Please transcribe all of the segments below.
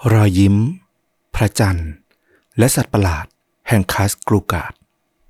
รอยยิ้มพระจันทร์และสัตว์ประหลาดแห่งคาสกลูการ์ด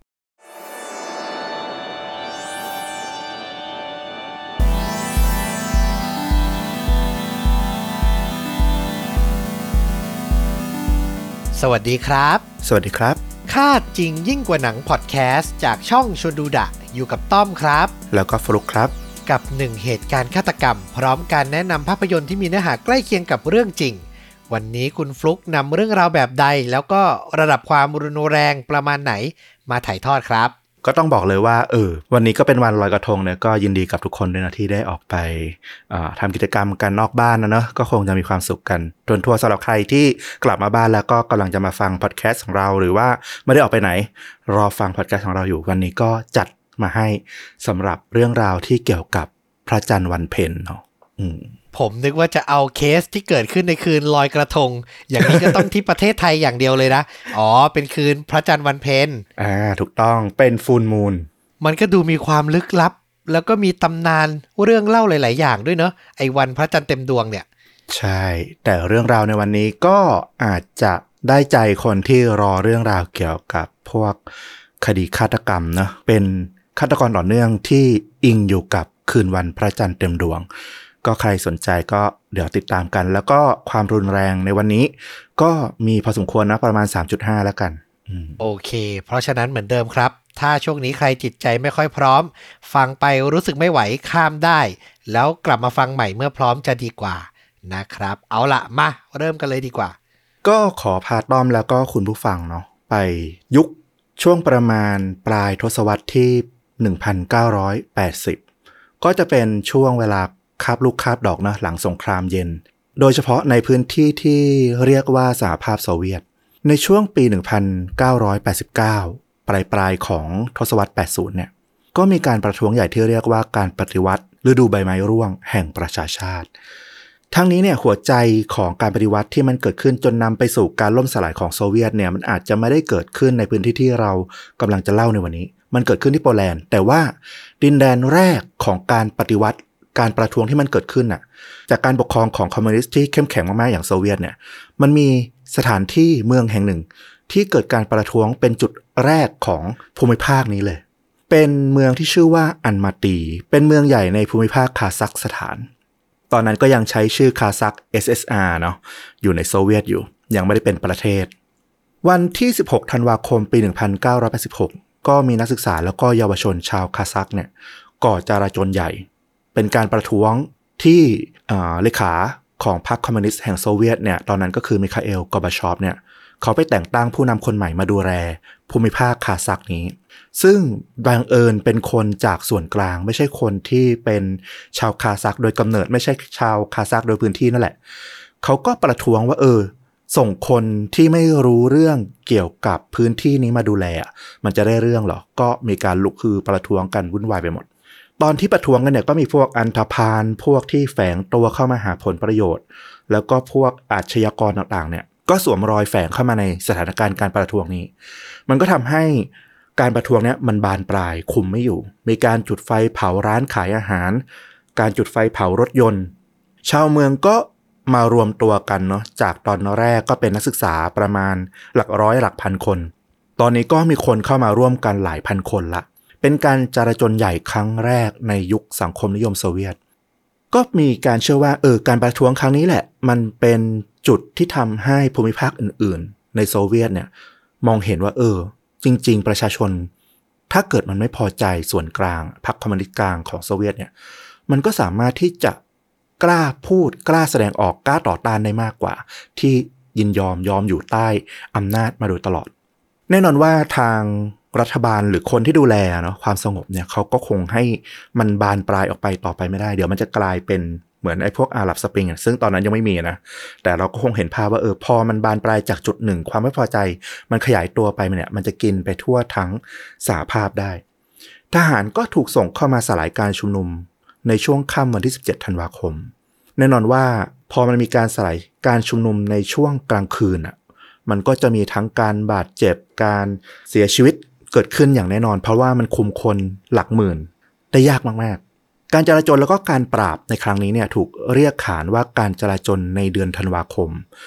สวัสดีครับสวัสดีครับคาดจริงยิ่งกว่าหนังพอดแคสต์จากช่องชวนดูดะอยู่กับต้อมครับแล้วก็ฟลุ๊กครับกับ1เหตุการณ์ฆาตกรรมพร้อมการแนะนำภาพยนตร์ที่มีเนื้อหาใกล้เคียงกับเรื่องจริงวันนี้คุณฟลุ๊กนำเรื่องราวแบบใดแล้วก็ระดับความรุนแรงประมาณไหนมาถ่ายทอดครับก็ต้องบอกเลยว่าวันนี้ก็เป็นวันลอยกระทงเนี่ยก็ยินดีกับทุกคนด้วยนะที่ได้ออกไปทำกิจกรรมกันนอกบ้านนะเนอะก็คงจะมีความสุขกันทั่วสำหรับใครที่กลับมาบ้านแล้วก็กำลังจะมาฟังพอดแคสต์ของเราหรือว่าไม่ได้ออกไปไหนรอฟังพอดแคสต์ของเราอยู่วันนี้ก็จัดมาให้สำหรับเรื่องราวที่เกี่ยวกับพระจันทร์วันเพ็ญเนาะผมนึกว่าจะเอาเคสที่เกิดขึ้นในคืนลอยกระทงอย่างนี้ก็ต้องที่ประเทศไทยอย่างเดียวเลยนะอ๋อเป็นคืนพระจันทร์วันเพ็ญถูกต้องเป็นฟูลมูนมันก็ดูมีความลึกลับแล้วก็มีตำนานเรื่องเล่าหลายๆอย่างด้วยเนอะไอ้วันพระจันทร์เต็มดวงเนี่ยใช่แต่เรื่องราวในวันนี้ก็อาจจะได้ใจคนที่รอเรื่องราวเกี่ยวกับพวกคดีฆาตกรรมเนอะเป็นฆาตกรต่อเนื่องที่อิงอยู่กับคืนวันพระจันทร์เต็มดวงก็ใครสนใจก็เดี๋ยวติดตามกันแล้วก็ความรุนแรงในวันนี้ก็มีพอสมควรนะประมาณ 3.5 แล้วกันโอเคเพราะฉะนั้นเหมือนเดิมครับถ้าช่วงนี้ใครจิตใจไม่ค่อยพร้อมฟังไปรู้สึกไม่ไหวข้ามได้แล้วกลับมาฟังใหม่เมื่อพร้อมจะดีกว่านะครับเอาล่ะมาเริ่มกันเลยดีกว่าก็ขอพาต้อมแล้วก็คุณผู้ฟังเนาะไปยุคช่วงประมาณปลายทศวรรษที่1980ก็จะเป็นช่วงเวลาคาบลูกคาบดอกนะหลังสงครามเย็นโดยเฉพาะในพื้นที่ที่เรียกว่าสหภาพโซเวียตในช่วงปี 1989 ปลายของทศวรรษ 80 เนี่ยก็มีการประท้วงใหญ่ที่เรียกว่าการปฏิวัติฤดูใบไม้ร่วงแห่งประชาชาติทั้งนี้เนี่ยหัวใจของการปฏิวัติที่มันเกิดขึ้นจนนำไปสู่การล่มสลายของโซเวียตเนี่ยมันอาจจะไม่ได้เกิดขึ้นในพื้นที่ที่เรากำลังจะเล่าในวันนี้มันเกิดขึ้นที่โปแลนด์แต่ว่าดินแดนแรกของการปฏิวัติการประท้วงที่มันเกิดขึ้นน่ะจากการปกครองของคอมมิวนิสต์ที่เข้มแข็งมากๆอย่างโซเวียตเนี่ยมันมีสถานที่เมืองแห่งหนึ่งที่เกิดการประท้วงเป็นจุดแรกของภูมิภาคนี้เลยเป็นเมืองที่ชื่อว่าอันมาตีเป็นเมืองใหญ่ในภูมิภาคคาซัคสถานตอนนั้นก็ยังใช้ชื่อคาซัค SSR เนาะอยู่ในโซเวียตอยู่ยังไม่ได้เป็นประเทศวันที่16ธันวาคมปี1986ก็มีนักศึกษาแล้วก็เยาวชนชาวคาซัคเนี่ยก่อจลาจลใหญ่เป็นการประท้วงที่เลขาของพรรคคอมมิวนิสต์แห่งโซเวียตเนี่ยตอนนั้นก็คือมิคาเอล กอร์บาชอฟเนี่ยเขาไปแต่งตั้งผู้นำคนใหม่มาดูแลภูมิภาคคาซัคนี้ซึ่งบังเอิญเป็นคนจากส่วนกลางไม่ใช่คนที่เป็นชาวคาซัคโดยกำเนิดไม่ใช่ชาวคาซัคโดยพื้นที่นั่นแหละเขาก็ประท้วงว่าส่งคนที่ไม่รู้เรื่องเกี่ยวกับพื้นที่นี้มาดูแลมันจะได้เรื่องเหรอก็มีการลุกฮือประท้วงกันวุ่นวายไปหมดตอนที่ประท้วงกันเนี่ยก็มีพวกอันธพาลพวกที่แฝงตัวเข้ามาหาผลประโยชน์แล้วก็พวกอาชญากรต่างๆเนี่ยก็สวมรอยแฝงเข้ามาในสถานการณ์การประท้วงนี้มันก็ทำให้การประท้วงเนี่ยมันบานปลายคุมไม่อยู่มีการจุดไฟเผาร้านขายอาหารการจุดไฟเผารถยนต์ชาวเมืองก็มารวมตัวกันเนาะจากตอนแรกก็เป็นนักศึกษาประมาณหลักร้อยหลักพันคนตอนนี้ก็มีคนเข้ามาร่วมกันหลายพันคนละเป็นการจลาจลใหญ่ครั้งแรกในยุคสังคมนิยมโซเวียตก็มีการเชื่อว่าการประท้วงครั้งนี้แหละมันเป็นจุดที่ทำให้ภูมิภาคอื่นๆในโซเวียตเนี่ยมองเห็นว่าจริงๆประชาชนถ้าเกิดมันไม่พอใจส่วนกลางพรรคคอมมิวนิสต์กลางของโซเวียตเนี่ยมันก็สามารถที่จะกล้าพูดกล้าแสดงออกกล้าต่อต้านได้มากกว่าที่ยินยอมอยู่ใต้อำนาจมาโดยตลอดแน่นอนว่าทางรัฐบาลหรือคนที่ดูแลเนาะความสงบเนี่ยเขาก็คงให้มันบานปลายออกไปต่อไปไม่ได้เดี๋ยวมันจะกลายเป็นเหมือนไอ้พวกอาหรับสปริงซึ่งตอนนั้นยังไม่มีนะแต่เราก็คงเห็นภาพว่าพอมันบานปลายจากจุดหนึ่งความไม่พอใจมันขยายตัวไปเนี่ยมันจะกินไปทั่วทั้งสหภาพได้ทหารก็ถูกส่งเข้ามาสลายการชุมนุมในช่วงค่ำวันที่17ธันวาคมแน่นอนว่าพอมันมีการสลายการชุมนุมในช่วงกลางคืนมันก็จะมีทั้งการบาดเจ็บการเสียชีวิตเกิดขึ้นอย่างแน่นอนเพราะว่ามันคุมคนหลักหมื่นได้ยากมากๆการจลาจลแล้วก็การปราบในครั้งนี้เนี่ยถูกเรียกขานว่าการจลาจลในเดือนธันวาคม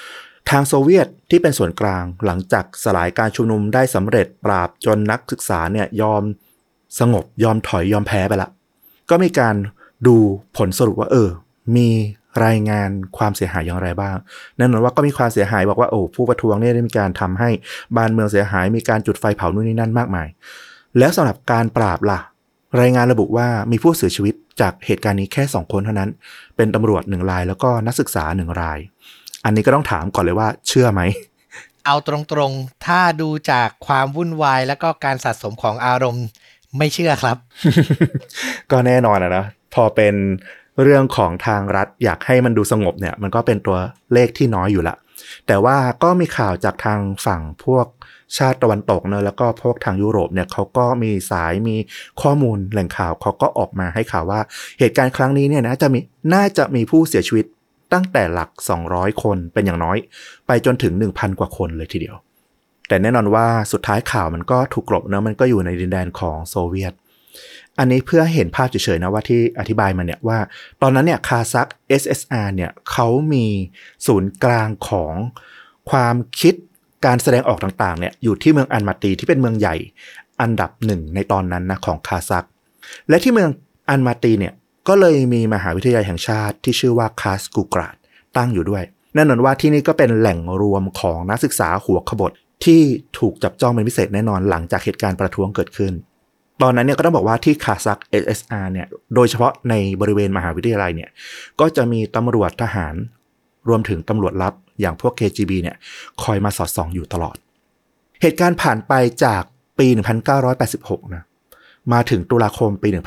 ทางโซเวียตที่เป็นส่วนกลางหลังจากสลายการชุมนุมได้สำเร็จปราบจนนักศึกษาเนี่ยยอมสงบยอมถอยยอมแพ้ไปละก็มีการดูผลสรุปว่ามีรายงานความเสียหายอย่างไรบ้างแน่นอนว่าก็มีความเสียหายบอกว่าผู้ประท้วงเนี่ยได้มีการทำให้บ้านเมืองเสียหายมีการจุดไฟเผานู่นนี่นั่นมากมายแล้วสำหรับการปราบล่ะรายงานระบุว่ามีผู้เสียชีวิตจากเหตุการณ์นี้แค่2คนเท่านั้นเป็นตำรวจ1รายแล้วก็นักศึกษา1รายอันนี้ก็ต้องถามก่อนเลยว่าเชื่อไหมเอาตรงๆถ้าดูจากความวุ่นวายแล้วก็การสะสมของอารมณ์ไม่เชื่อครับก็แน่นอนนะพอเป็นเรื่องของทางรัฐอยากให้มันดูสงบเนี่ยมันก็เป็นตัวเลขที่น้อยอยู่ละแต่ว่าก็มีข่าวจากทางฝั่งพวกชาติตะวันตกเนอะแล้วก็พวกทางยุโรปเนี่ยเขาก็มีสายมีข้อมูลแหล่งข่าวเขาก็ออกมาให้ข่าวว่าเหตุการณ์ครั้งนี้เนี่ยน่าจะมีผู้เสียชีวิตตั้งแต่หลัก200คนเป็นอย่างน้อยไปจนถึง 1,000 กว่าคนเลยทีเดียวแต่แน่นอนว่าสุดท้ายข่าวมันก็ถูกกลบเนอะมันก็อยู่ในดินแดนของโซเวียตอันนี้เพื่อเห็นภาพเฉยๆนะว่าที่อธิบายมาเนี่ยว่าตอนนั้นเนี่ยคาซัค SSR เนี่ยเขามีศูนย์กลางของความคิดการแสดงออกต่างๆเนี่ยอยู่ที่เมืองอัลมาตีที่เป็นเมืองใหญ่อันดับ1ในตอนนั้นนะของคาซัคและที่เมืองอัลมาตีเนี่ยก็เลยมีมหาวิทยาลัยแห่งชาติที่ชื่อว่าคาสกูกราดตั้งอยู่ด้วยแน่นอนว่าที่นี่ก็เป็นแหล่งรวมของนักศึกษาหัวขบถที่ถูกจับจ้องเป็นพิเศษแน่นอนหลังจากเหตุการณ์ประท้วงเกิดขึ้นตอนนั้นเนี่ยก็ต้องบอกว่าที่คาซัค SSR เนี่ยโดยเฉพาะในบริเวณมหาวิทยาลัยเนี่ยก็จะมีตำรวจทหารรวมถึงตำรวจลับอย่างพวก KGB เนี่ยคอยมาสอดส่องอยู่ตลอดเหตุการณ์ผ่านไปจากปี 1986 นะมาถึงตุลาคมปี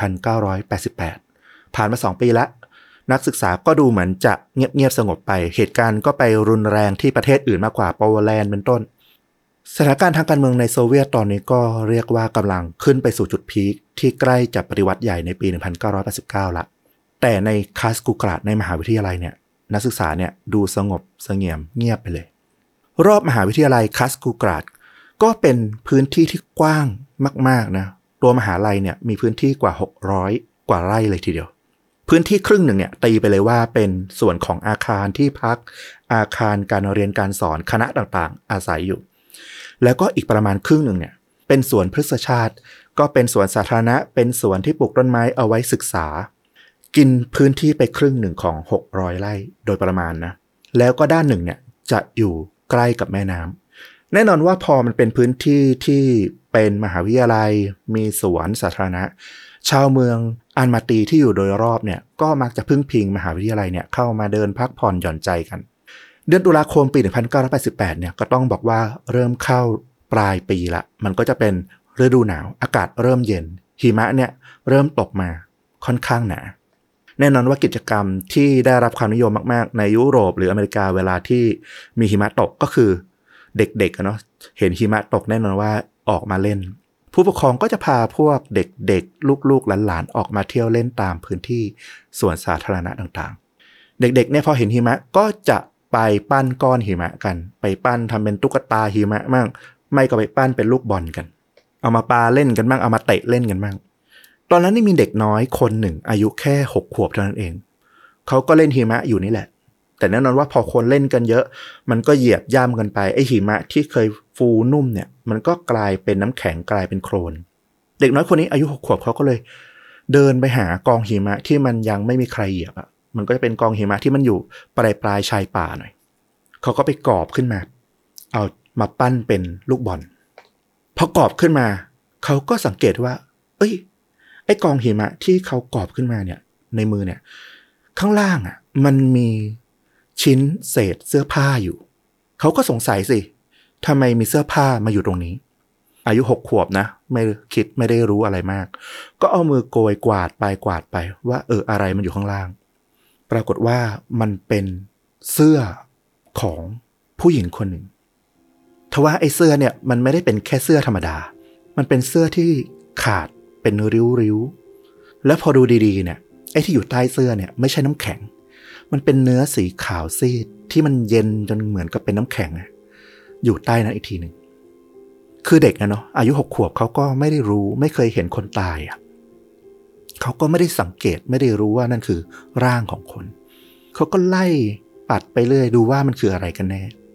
1988 ผ่านมา2 ปีแล้วนักศึกษาก็ดูเหมือนจะเงียบๆสงบไปเหตุการณ์ก็ไปรุนแรงที่ประเทศอื่นมากกว่าโปแลนด์เป็นต้นสถานการณ์ทางการเมืองในโซเวียตตอนนี้ก็เรียกว่ากำลังขึ้นไปสู่จุดพีคที่ใกล้จะปฏิวัติใหญ่ในปี 1989 ละแต่ในคาสกูกราดในมหาวิทยาลัยเนี่ยนักศึกษาเนี่ยดูสงบเสงี่ยมเงียบไปเลยรอบมหาวิทยาลัยคาสกูกราดก็เป็นพื้นที่ที่กว้างมากๆนะตัวมหาลัยเนี่ยมีพื้นที่กว่า600 กว่าไร่เลยทีเดียวพื้นที่ครึ่งหนึ่งเนี่ยตีไปเลยว่าเป็นส่วนของอาคารที่พักอาคารการเรียนการสอนคณะต่างๆอาศัยอยู่แล้วก็อีกประมาณครึ่งหนึ่งเนี่ยเป็นสวนพฤกษชาติก็เป็นสวนสาธารณะเป็นสวนที่ปลูกต้นไม้เอาไว้ศึกษากินพื้นที่ไปครึ่งหนึ่งของ600 ไร่โดยประมาณนะแล้วก็ด้านหนึ่งเนี่ยจะอยู่ใกล้กับแม่น้ำแน่นอนว่าพอมันเป็นพื้นที่ที่เป็นมหาวิทยาลัยมีสวนสาธารณะชาวเมืองอัลมาตีที่อยู่โดยรอบเนี่ยก็มักจะพึ่งพิงมหาวิทยาลัยเนี่ยเข้ามาเดินพักผ่อนหย่อนใจกันเดือนตุลาคมปี 1988 เนี่ยก็ต้องบอกว่าเริ่มเข้าปลายปีละมันก็จะเป็นฤดูหนาวอากาศเริ่มเย็นหิมะเนี่ยเริ่มตกมาค่อนข้างหนาแน่นอนว่ากิจกรรมที่ได้รับความนิยมมากๆในยุโรปหรืออเมริกาเวลาที่มีหิมะตกก็คือเด็กๆเนาะเห็นหิมะตกแน่นอนว่าออกมาเล่นผู้ปกครองก็จะพาพวกเด็กๆลูกๆหลานๆออกมาเที่ยวเล่นตามพื้นที่สวนสาธารณะต่างๆเด็กๆเนี่ยพอเห็นหิมะก็จะไปปั้นก้อนหิมะกันไปปั้นทำเป็นตุ๊กตาหิมะมั่งไม่ก็ไปปั้นเป็นลูกบอลกันเอามาปาเล่นกันบ้างเอามาเตะเล่นกันบ้างตอนนั้นนี่มีเด็กน้อยคนหนึ่งอายุแค่6 ขวบเท่านั้นเองเขาก็เล่นหิมะอยู่นี่แหละแต่แน่นอนว่าพอคนเล่นกันเยอะมันก็เหยียบย่ำกันไปไอหิมะที่เคยฟูนุ่มเนี่ยมันก็กลายเป็นน้ำแข็งกลายเป็นโคลนเด็กน้อยคนนี้อายุ6 ขวบเขาก็เลยเดินไปหากองหิมะที่มันยังไม่มีใครเหยียบอะมันก็จะเป็นกองหิมะที่มันอยู่ปลายชายป่าหน่อยเขาก็ไปกอบขึ้นมาเอามาปั้นเป็นลูกบอลพอกอบขึ้นมาเขาก็สังเกตว่าเอ้ยไอ้กองหิมะที่เขากอบขึ้นมาเนี่ยในมือเนี่ยข้างล่างอ่ะมันมีชิ้นเศษเสื้อผ้าอยู่เขาก็สงสัยสิทำไมมีเสื้อผ้ามาอยู่ตรงนี้อายุ6 ขวบนะไม่ได้รู้อะไรมากก็เอามือโกยกวาดไปว่าอะไรมันอยู่ข้างล่างปรากฏว่ามันเป็นเสื้อของผู้หญิงคนหนึ่งทว่าไอ้เสื้อเนี่ยมันไม่ได้เป็นแค่เสื้อธรรมดามันเป็นเสื้อที่ขาดเป็นริ้วๆแล้วพอดูดีๆเนี่ยไอ้ที่อยู่ใต้เสื้อเนี่ยไม่ใช่น้ำแข็งมันเป็นเนื้อสีขาวซีดที่มันเย็นจนเหมือนกับเป็นน้ำแข็งอยู่ใต้นั้นอีกทีหนึ่งคือเด็กนะเนาะอายุ6 ขวบเขาก็ไม่ได้รู้ไม่เคยเห็นคนตายเขาก็ไม่ได้สังเกตไม่ได้รู้ว่านั่นคือร่างของคนเขาก็ไล่ปัดไปเรื่อยดูว่ามันคืออะไรกันแน่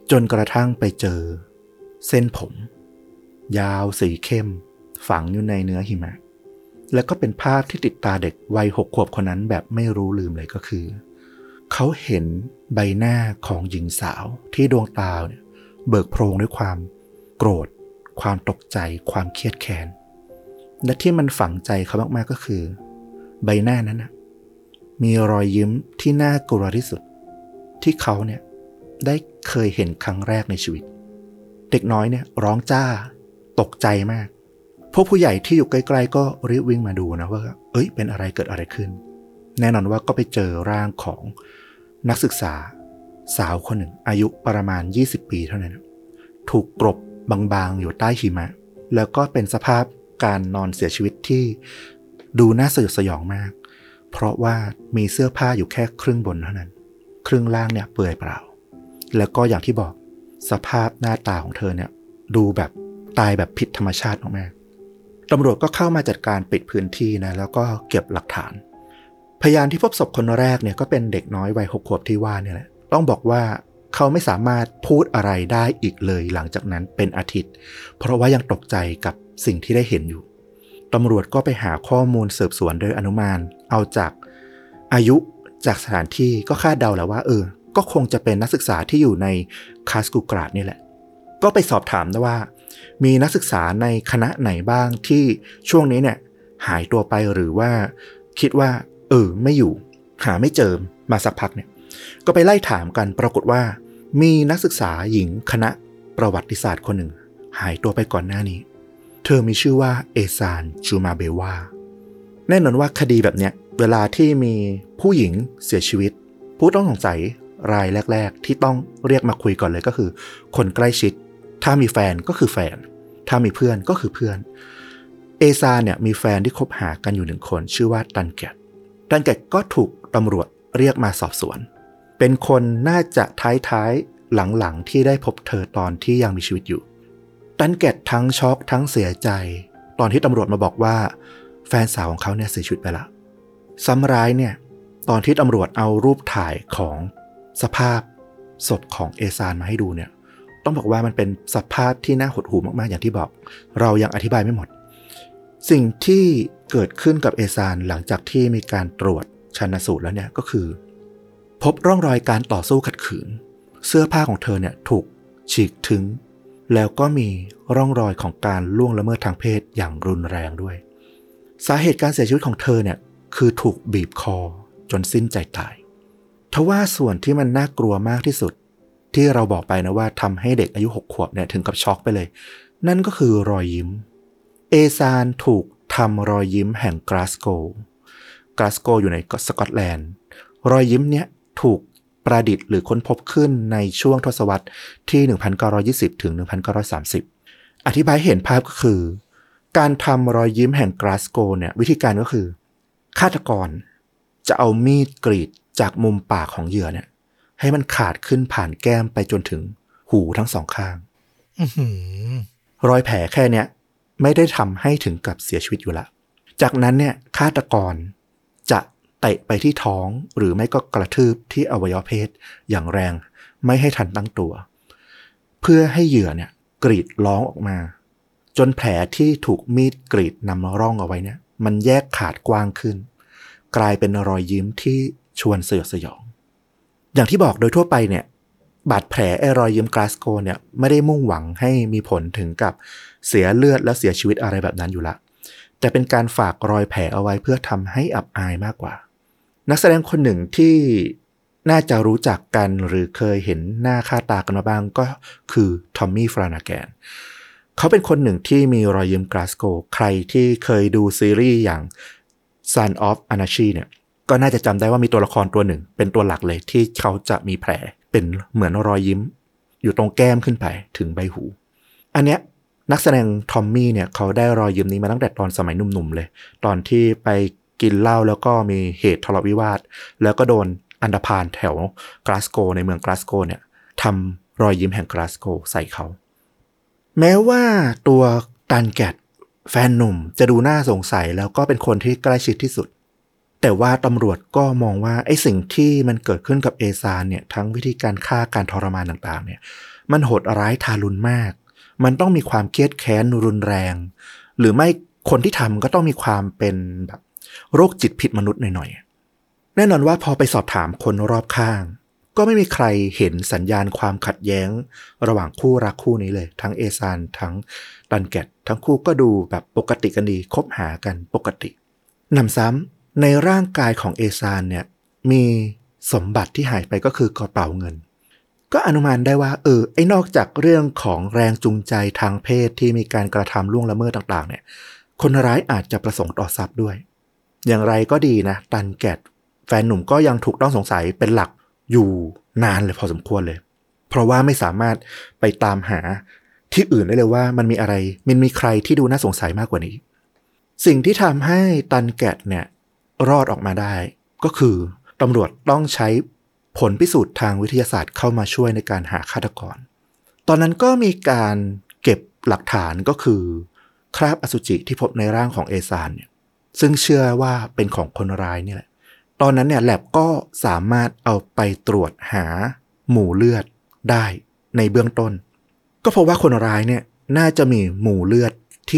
จนกระทั่งไปเจอเส้นผมยาวสีเข้มฝังอยู่ในเนื้อหิมะแล้วก็เป็นภาพที่ติดตาเด็กวัย6 ขวบคนนั้นแบบไม่รู้ลืมเลยก็คือเขาเห็นใบหน้าของหญิงสาวที่ดวงตาเนี่ยเบิกโพรงด้วยความโกรธความตกใจความเครียดแค้นและที่มันฝังใจเขามากๆก็คือใบหน้านั้นนะมีรอยยิ้มที่น่ากลัวที่สุดที่เขาเนี่ยได้เคยเห็นครั้งแรกในชีวิตเด็กน้อยเนี่ยร้องจ้าตกใจมากพวกผู้ใหญ่ที่อยู่ใกล้ๆก็รีบวิ่งมาดูนะว่าเป็นอะไรเกิดอะไรขึ้นแน่นอนว่าก็ไปเจอร่างของนักศึกษาสาวคนหนึ่งอายุประมาณ20 ปีเท่านั้นถูกกลบบางๆอยู่ใต้หิมะแล้วก็เป็นสภาพการนอนเสียชีวิตที่ดูน่าสยดสยองมากเพราะว่ามีเสื้อผ้าอยู่แค่ครึ่งบนเท่านั้นครึ่งล่างเนี่ยเปลือยเปล่าแล้วก็อย่างที่บอกสภาพหน้าตาของเธอเนี่ยดูแบบตายแบบผิดธรรมชาติมากๆตำรวจก็เข้ามาจัดการปิดพื้นที่นะแล้วก็เก็บหลักฐานพยานที่พบศพคนแรกเนี่ยก็เป็นเด็กน้อยวัย6 ขวบที่ว่าเนี่ยแหละต้องบอกว่าเขาไม่สามารถพูดอะไรได้อีกเลยหลังจากนั้นเป็นอาทิตย์เพราะว่ายังตกใจกับสิ่งที่ได้เห็นอยู่ตำรวจก็ไปหาข้อมูลสืบสวนโดยอนุมานเอาจากอายุจากสถานที่ก็คาดเดาแล้วว่าก็คงจะเป็นนักศึกษาที่อยู่ในคาสกูกราดนี่แหละก็ไปสอบถามนะว่ามีนักศึกษาในคณะไหนบ้างที่ช่วงนี้เนี่ยหายตัวไปหรือว่าคิดว่าไม่อยู่หาไม่เจอมาสักพักเนี่ยก็ไปไล่ถามกันปรากฏว่ามีนักศึกษาหญิงคณะประวัติศาสตร์คนหนึ่งหายตัวไปก่อนหน้านี้เธอมีชื่อว่าเอซานจูมาเบวาแน่นอนว่าคดีแบบเนี้ยเวลาที่มีผู้หญิงเสียชีวิตผู้ต้องสงสัยรายแรกๆที่ต้องเรียกมาคุยก่อนเลยก็คือคนใกล้ชิดถ้ามีแฟนก็คือแฟนถ้ามีเพื่อนก็คือเพื่อนเอซานเนี่ยมีแฟนที่คบหากันอยู่1 คนชื่อว่าตันแกตก็ถูกตำรวจเรียกมาสอบสวนเป็นคนน่าจะท้ายๆหลังๆที่ได้พบเธอตอนที่ยังมีชีวิตอยู่ตันแกทั้งช็อกทั้งเสียใจตอนที่ตำรวจมาบอกว่าแฟนสาวของเขาเนี่ยเสียชีวิตไปละซ้ำร้ายเนี่ยตอนที่ตำรวจเอารูปถ่ายของสภาพศพของเอซานมาให้ดูเนี่ยต้องบอกว่ามันเป็นสภาพที่น่าหดหู่มากๆอย่างที่บอกเรายังอธิบายไม่หมดสิ่งที่เกิดขึ้นกับเอซานหลังจากที่มีการตรวจชันสูตรแล้วเนี่ยก็คือพบร่องรอยการต่อสู้ขัดขืนเสื้อผ้าของเธอเนี่ยถูกฉีกถึงแล้วก็มีร่องรอยของการล่วงละเมิดทางเพศอย่างรุนแรงด้วยสาเหตุการเสียชีวิตของเธอเนี่ยคือถูกบีบคอจนสิ้นใจตายทว่าส่วนที่มันน่ากลัวมากที่สุดที่เราบอกไปนะว่าทำให้เด็กอายุ6 ขวบเนี่ยถึงกับช็อกไปเลยนั่นก็คือรอยยิ้มเอซานถูกทำรอยยิ้มแห่งกลาสโกว์อยู่ในสกอตแลนด์รอยยิ้มเนี้ยถูกประดิษฐ์หรือค้นพบขึ้นในช่วงทศวรรษที่1920ถึง1930อธิบายเห็นภาพก็คือการทำรอยยิ้มแห่งกลาสโกว์เนี่ยวิธีการก็คือฆาตกรจะเอามีดกรีดจากมุมปากของเหยื่อเนี่ยให้มันขาดขึ้นผ่านแก้มไปจนถึงหูทั้งสองข้างรอยแผลแค่เนี้ยไม่ได้ทำให้ถึงกับเสียชีวิตอยู่ละจากนั้นเนี่ยฆาตกรจะเตะไปที่ท้องหรือไม่ก็กระทืบที่อวัยวะเพศอย่างแรงไม่ให้ทันตั้งตัวเพื่อให้เหยื่อเนี่ยกรีดร้องออกมาจนแผลที่ถูกมีดกรีดนำร่องเอาไว้เนี่ยมันแยกขาดกว้างขึ้นกลายเป็นรอยยิ้มที่ชวนสยดสยองอย่างที่บอกโดยทั่วไปเนี่ยบาดแผลรอยยิ้มกลาสโกเนี่ยไม่ได้มุ่งหวังให้มีผลถึงกับเสียเลือดและเสียชีวิตอะไรแบบนั้นอยู่ละแต่เป็นการฝากรอยแผลเอาไว้เพื่อทำให้อับอายมากกว่านักแสดงคนหนึ่งที่น่าจะรู้จักกันหรือเคยเห็นหน้าค่าตากันมาบ้างก็คือทอมมี่ฟรานาแกนเขาเป็นคนหนึ่งที่มีรอยยิ้มกลาสโกใครที่เคยดูซีรีส์อย่าง Son of Anarchy เนี่ยก็น่าจะจำได้ว่ามีตัวละครตัวหนึ่งเป็นตัวหลักเลยที่เขาจะมีแผลเป็นเหมือนรอยยิ้มอยู่ตรงแก้มขึ้นไปถึงใบหูอันเนี้ยนักแสดงทอมมี่เนี่ยเขาได้รอยยิ้มนี้มาตั้งแต่ตอนสมัยหนุ่มๆเลยตอนที่ไปกินเหล้าแล้วก็มีเหตุทะเลาะวิวาทแล้วก็โดนอันธพาลแถวกลาสโกในเมืองกลาสโกเนี่ยทำรอยยิ้มแห่งกลาสโกใส่เขาแม้ว่าตัวตันแกตแฟนหนุ่มจะดูน่าสงสัยแล้วก็เป็นคนที่ใกล้ชิดที่สุดแต่ว่าตำรวจก็มองว่าไอ้สิ่งที่มันเกิดขึ้นกับเอซานเนี่ยทั้งวิธีการฆ่าการทรมานต่างๆเนี่ยมันโหดร้ายทารุณมากมันต้องมีความเครียดแค้นรุนแรงหรือไม่คนที่ทำก็ต้องมีความเป็นแบบโรคจิตผิดมนุษย์หน่อยๆแน่นอนว่าพอไปสอบถามคนรอบข้างก็ไม่มีใครเห็นสัญญาณความขัดแย้งระหว่างคู่รักคู่นี้เลยทั้งเอซานทั้งดันแกตทั้งคู่ก็ดูแบบปกติกันดีคบหากันปกติหนำซ้ำในร่างกายของเอซานเนี่ยมีสมบัติที่หายไปก็คือกระเป๋าเงินก็อนุมานได้ว่าไอ้นอกจากเรื่องของแรงจูงใจทางเพศที่มีการกระทำล่วงละเมิดต่างๆเนี่ยคนร้ายอาจจะประสงค์ต่อทรัพย์ด้วยอย่างไรก็ดีนะดันแกตแฟนหนุ่มก็ยังถูกต้องสงสัยเป็นหลักอยู่นานเลยพอสมควรเลยเพราะว่าไม่สามารถไปตามหาที่อื่นได้เลยว่ามันมีอะไรมันมีใครที่ดูน่าสงสัยมากกว่านี้สิ่งที่ทำให้ดันแกตเนี่ยรอดออกมาได้ก็คือตำรวจต้องใช้ผลพิสูจน์ทางวิทยาศาสตร์เข้ามาช่วยในการหาฆาตกรตอนนั้นก็มีการเก็บหลักฐานก็คือคราบอสุจิที่พบในร่างของเอซานเนี่ยซึ่งเชื่อว่าเป็นของคนร้ายนี่แหละตอนนั้นเนี่ยแลบก็สามารถเอาไปตรวจหาหมู่เลือดได้ในเบื้องต้นก็พบว่าคนร้ายเนี่ยน่าจะมีหมู่เลือดที่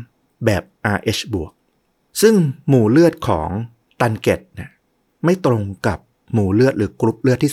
3แบบ Rh บวกซึ่งหมู่เลือดของดันแกตเนี่ยไม่ตรงกับหมู่เลือดหรือกรุ๊ปเลือดที่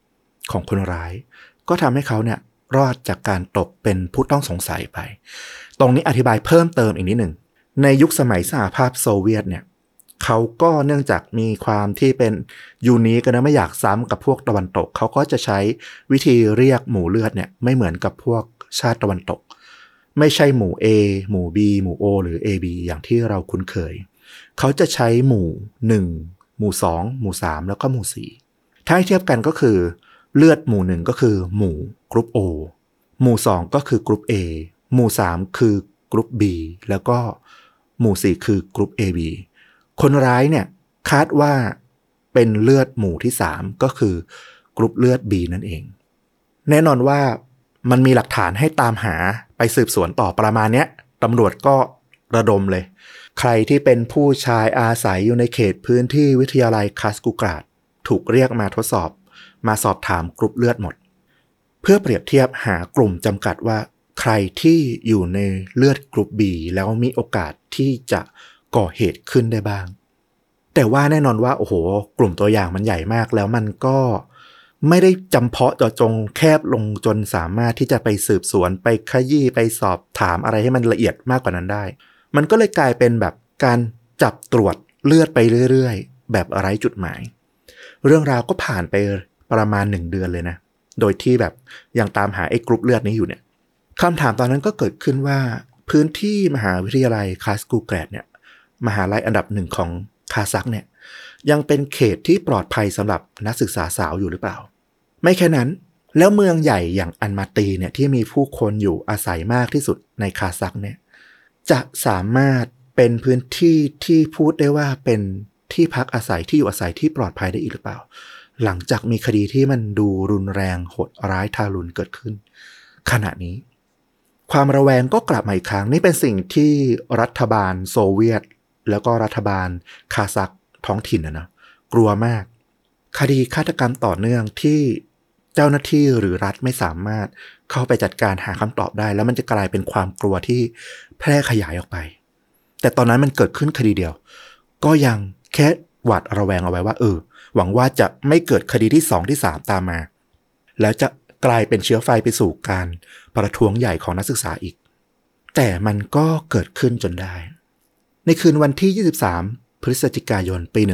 3ของคนร้ายก็ทำให้เขาเนี่ยรอดจากการตกเป็นผู้ต้องสงสัยไปตรงนี้อธิบายเพิ่มเติมอีกนิดหนึ่งในยุคสมัยสหภาพโซเวียตเนี่ยเขาก็เนื่องจากมีความที่เป็นยูนิคกันนะไม่อยากซ้ำกับพวกตะวันตกเขาก็จะใช้วิธีเรียกหมู่เลือดเนี่ยไม่เหมือนกับพวกชาติตะวันตกไม่ใช่หมู่ A หมู่ B หมู่ O หรือ AB อย่างที่เราคุ้นเคยเขาจะใช้หมู่1หมู่2หมู่3แล้วก็หมู่4ถ้าให้เทียบกันก็คือเลือดหมู่1ก็คือหมู่กรุ๊ป O หมู่2ก็คือกรุ๊ป A หมู่3คือกรุ๊ป B แล้วก็หมู่4คือกรุ๊ป AB คนร้ายเนี่ยคาดว่าเป็นเลือดหมู่ที่3ก็คือกรุ๊ปเลือด B นั่นเองแน่นอนว่ามันมีหลักฐานให้ตามหาไปสืบสวนต่อประมาณเนี้ยตำรวจก็ระดมเลยใครที่เป็นผู้ชายอาศัยอยู่ในเขตพื้นที่วิทยาลัยคาสกูกราดถูกเรียกมาทดสอบมาสอบถามกรุ๊ปเลือดหมดเพื่อเปรียบเทียบหากลุ่มจำกัดว่าใครที่อยู่ในเลือดกรุ๊ป B แล้วมีโอกาสที่จะก่อเหตุขึ้นได้บ้างแต่ว่าแน่นอนว่าโอ้โหกลุ่มตัวอย่างมันใหญ่มากแล้วมันก็ไม่ได้จำเพาะเจาะจงแคบลงจนสามารถที่จะไปสืบสวนไปขยี้ไปสอบถามอะไรให้มันละเอียดมากกว่านั้นได้มันก็เลยกลายเป็นแบบการจับตรวจเลือดไปเรื่อยๆแบบไร้จุดหมายเรื่องราวก็ผ่านไปประมาณ1เดือนเลยนะโดยที่แบบยังตามหาไอ้กรุ๊ปเลือดนี้อยู่เนี่ยคำถามตอนนั้นก็เกิดขึ้นว่าพื้นที่มหาวิทยาลัยคาสกูแกรดเนี่ยมหาลัยอันดับ1ของคาซัคเนี่ยยังเป็นเขตที่ปลอดภัยสำหรับนักศึกษาสาวอยู่หรือเปล่าไม่แค่นั้นแล้วเมืองใหญ่อย่างอันมาตีเนี่ยที่มีผู้คนอยู่อาศัยมากที่สุดในคาซัคเนี่ยจะสามารถเป็นพื้นที่ที่พูดได้ว่าเป็นที่พักอาศัยที่อยู่อาศัยที่ปลอดภัยได้อีกหรือเปล่าหลังจากมีคดีที่มันดูรุนแรงโหดร้ายทารุณเกิดขึ้นขณะนี้ความระแวงก็กลับมาอีกครั้งนี่เป็นสิ่งที่รัฐบาลโซเวียตแล้วก็รัฐบาลคาซัคท้องถิ่นนะกลัวมากคดีฆาตกรรมต่อเนื่องที่เจ้าหน้าที่หรือรัฐไม่สามารถเข้าไปจัดการหาคำตอบได้แล้วมันจะกลายเป็นความกลัวที่แพร่ขยายออกไปแต่ตอนนั้นมันเกิดขึ้นคดีเดียวก็ยังแค่หวาดระแวงเอาไว้ว่าหวังว่าจะไม่เกิดคดีที่2ที่3ตามมาแล้วจะกลายเป็นเชื้อไฟไปสู่การประท้วงใหญ่ของนักศึกษาอีกแต่มันก็เกิดขึ้นจนได้ในคืนวันที่23พฤศจิกายนปี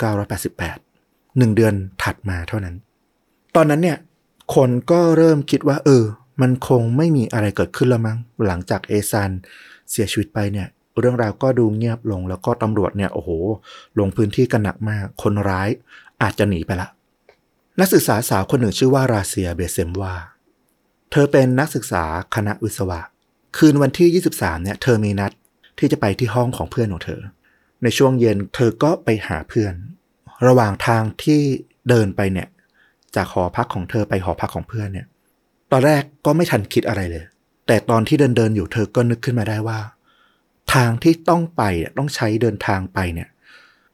1988 1เดือนถัดมาเท่านั้นตอนนั้นเนี่ยคนก็เริ่มคิดว่ามันคงไม่มีอะไรเกิดขึ้นแล้วมั้งหลังจากเอซานเสียชีวิตไปเนี่ยเรื่องราวก็ดูเงียบลงแล้วก็ตำรวจเนี่ยโอ้โหลงพื้นที่กันหนักมากคนร้ายอาจจะหนีไปละนักศึกษาสาวคนหนึ่งชื่อว่าราเซียเบเซมวาเธอเป็นนักศึกษาคณะวิศวะคืนวันที่23เนี่ยเธอมีนัดที่จะไปที่ห้องของเพื่อนของเธอในช่วงเย็นเธอก็ไปหาเพื่อนระหว่างทางที่เดินไปเนี่ยจากหอพักของเธอไปหอพักของเพื่อนเนี่ยตอนแรกก็ไม่ทันคิดอะไรเลยแต่ตอนที่เดินอยู่เธอก็นึกขึ้นมาได้ว่าทางที่ต้องไปต้องใช้เดินทางไปเนี่ย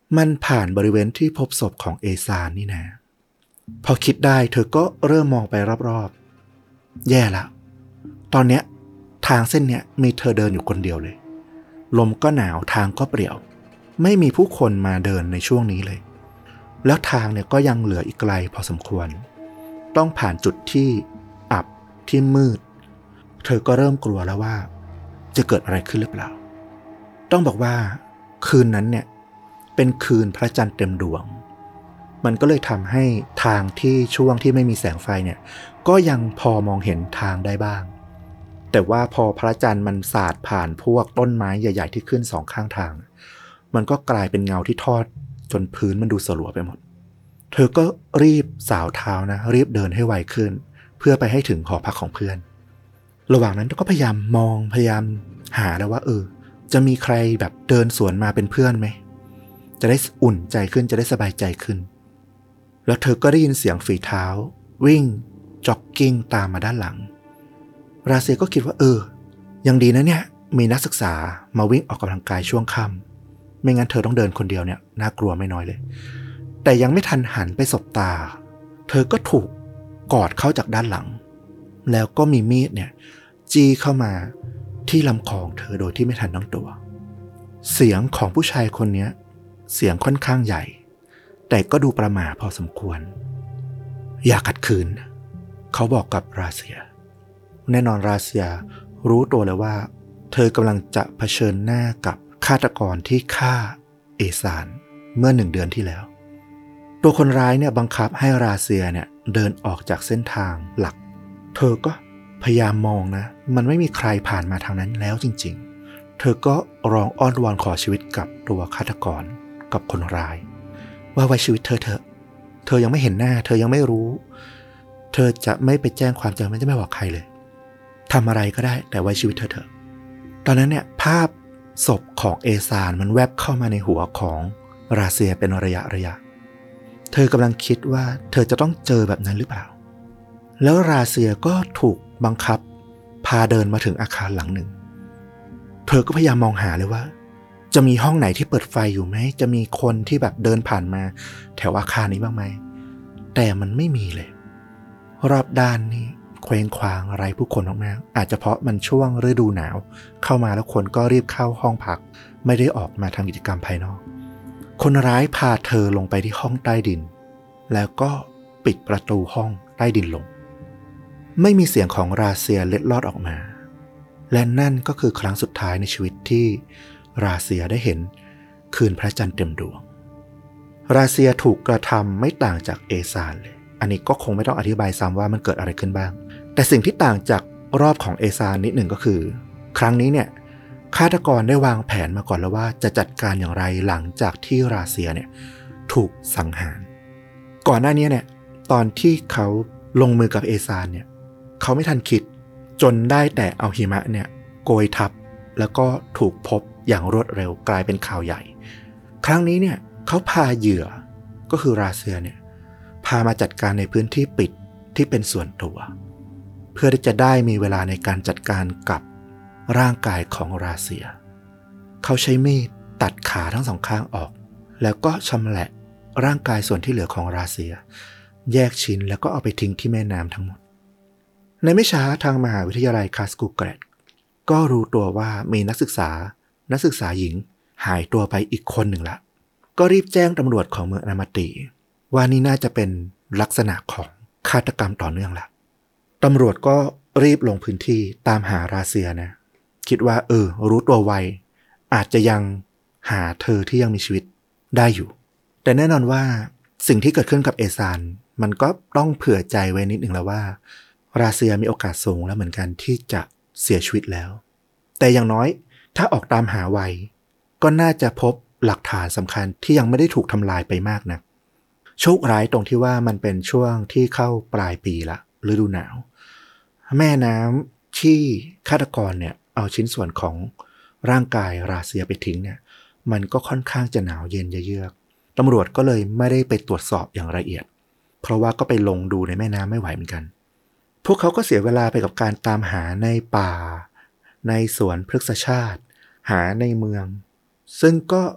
มันผ่านบริเวณที่พบศพของเอซานนี่นะพอคิดได้เธอก็เริ่มมองไปรอบๆแย่ละตอนเนี้ยทางเส้นเนี้ยมีเธอเดินอยู่คนเดียวเลยลมก็หนาวทางก็เปรี่ยวไม่มีผู้คนมาเดินในช่วงนี้เลยแล้วทางเนี่ยก็ยังเหลืออีกไกลพอสมควรต้องผ่านจุดที่อับที่มืดเธอก็เริ่มกลัวแล้วว่าจะเกิดอะไรขึ้นหรือเปล่าต้องบอกว่าคืนนั้นเนี่ยเป็นคืนพระจันทร์เต็มดวงมันก็เลยทำให้ทางที่ช่วงที่ไม่มีแสงไฟเนี่ยก็ยังพอมองเห็นทางได้บ้างแต่ว่าพอพระจันทร์มันสาดผ่านพวกต้นไม้ใหญ่ๆที่ขึ้นสองข้างทางมันก็กลายเป็นเงาที่ทอดจนพื้นมันดูสลัวไปหมดเธอก็รีบสาวเท้านะรีบเดินให้ไวขึ้นเพื่อไปให้ถึงหอพักของเพื่อนระหว่างนั้นก็พยายามมองพยายามหาแล้วว่าจะมีใครแบบเดินสวนมาเป็นเพื่อนไหมจะได้อุ่นใจขึ้นจะได้สบายใจขึ้นแล้วเธอก็ได้ยินเสียงฝีเท้าวิ่งจ็อกกิ้งตามมาด้านหลังราเซียก็คิดว่ายังดีนะเนี่ยมีนักศึกษามาวิ่งออกกำลังกายช่วงค่ำไม่งั้นเธอต้องเดินคนเดียวเนี่ยน่ากลัวไม่น้อยเลยแต่ยังไม่ทันหันไปสบตาเธอก็ถูกกอดเข้าจากด้านหลังแล้วก็มีมีดเนี่ยจี้เข้ามาที่ลำคอเธอโดยที่ไม่ทันตั้งตัวเสียงของผู้ชายคนนี้เสียงค่อนข้างใหญ่แต่ก็ดูประหม่าพอสมควรอย่าขัดขืนเขาบอกกับราเซียแน่นอนราเซียรู้ตัวเลยว่าเธอกำลังจะเผชิญหน้ากับฆาตกรที่ฆ่าเอซานเมื่อ1 เดือนที่แล้วตัวคนร้ายเนี่ยบังคับให้ราเซียเนี่ยเดินออกจากเส้นทางหลักเธอก็พยายามมองนะมันไม่มีใครผ่านมาทางนั้นแล้วจริงๆเธอก็ร้องอ้อนวอนขอชีวิตกับตัวฆาตกรกับคนร้ายว่าไว้ชีวิตเธอเถอะเธอยังไม่เห็นหน้าเธอยังไม่รู้เธอจะไม่ไปแจ้งความจะไม่บอกใครเลยทำอะไรก็ได้แต่ไว้ชีวิตเธอเถอะตอนนั้นเนี่ยภาพศพของเอซานมันแวบเข้ามาในหัวของราเซียเป็นระยะเธอกำลังคิดว่าเธอจะต้องเจอแบบนั้นหรือเปล่าแล้วราเซียก็ถูกบังคับพาเดินมาถึงอาคารหลังหนึ่งเธอก็พยายามมองหาเลยว่าจะมีห้องไหนที่เปิดไฟอยู่ไหมจะมีคนที่แบบเดินผ่านมาแถวอาคารนี้บ้างไหมแต่มันไม่มีเลยรอบด้านนี่เคว้งคว้างไร้ผู้คนมากๆอาจจะเพราะมันช่วงฤดูหนาวเข้ามาแล้วคนก็รีบเข้าห้องพักไม่ได้ออกมาทำกิจกรรมภายนอกคนร้ายพาเธอลงไปที่ห้องใต้ดินแล้วก็ปิดประตูห้องใต้ดินลงไม่มีเสียงของราเซียเล็ดลอดออกมาและนั่นก็คือครั้งสุดท้ายในชีวิตที่ราเซียได้เห็นคืนพระจันทร์เต็มดวงราเซียถูกกระทำไม่ต่างจากเอซานเลยอันนี้ก็คงไม่ต้องอธิบายซ้ำว่ามันเกิดอะไรขึ้นบ้างแต่สิ่งที่ต่างจากรอบของเอซานนิดหนึ่งก็คือครั้งนี้เนี่ยฆาตกรได้วางแผนมาก่อนแล้วว่าจะจัดการอย่างไรหลังจากที่ราเซียเนี่ยถูกสังหารก่อนหน้านี้เนี่ยตอนที่เขาลงมือกับเอซานเนี่ยเขาไม่ทันคิดจนได้แต่เอาหิมะเนี่ยโกยทับแล้วก็ถูกพบอย่างรวดเร็วกลายเป็นข่าวใหญ่ครั้งนี้เนี่ยเขาพาเหยื่อก็คือราเซียเนี่ยพามาจัดการในพื้นที่ปิดที่เป็นส่วนตัวเพื่อที่จะได้มีเวลาในการจัดการกับร่างกายของราเซียเขาใช้มีดตัดขาทั้งสองข้างออกแล้วก็ชำแหละร่างกายส่วนที่เหลือของราเซียแยกชิ้นแล้วก็เอาไปทิ้งที่แม่น้ำทั้งหมดในไม่ช้าทางมหาวิทยาลัยคาสกูเกรดก็รู้ตัวว่ามีนักศึกษาหญิงหายตัวไปอีกคนหนึ่งละก็รีบแจ้งตำรวจของเมืองอามาติว่านี่น่าจะเป็นลักษณะของฆาตกรรมต่อเนื่องละตำรวจก็รีบลงพื้นที่ตามหาราเซียนะคิดว่ารู้ตัวไวอาจจะยังหาเธอที่ยังมีชีวิตได้อยู่แต่แน่นอนว่าสิ่งที่เกิดขึ้นกับเอซานมันก็ต้องเผื่อใจไว้นิดหนึ่งแล้วว่าราเซียมีโอกาสสูงแล้วเหมือนกันที่จะเสียชีวิตแล้วแต่อย่างน้อยถ้าออกตามหาไวก็น่าจะพบหลักฐานสำคัญที่ยังไม่ได้ถูกทำลายไปมากนักโชคร้ายตรงที่ว่ามันเป็นช่วงที่เข้าปลายปีละฤดูหนาวแม่น้ำที่ฆาตกรเนี่ยเอาชิ้นส่วนของร่างกายราเซียไปทิ้งเนี่ยมันก็ค่อนข้างจะหนาวเย็นเยือกตำรวจก็เลยไม่ได้ไปตรวจสอบอย่างละเอียดเพราะว่าก็ไปลงดูในแม่น้ำไม่ไหวเหมือนกันพวกเขาก็เสียเวลาไปกับการตามหาในป่าในสวนพฤกษชาติหาในเมืองซึ่งก็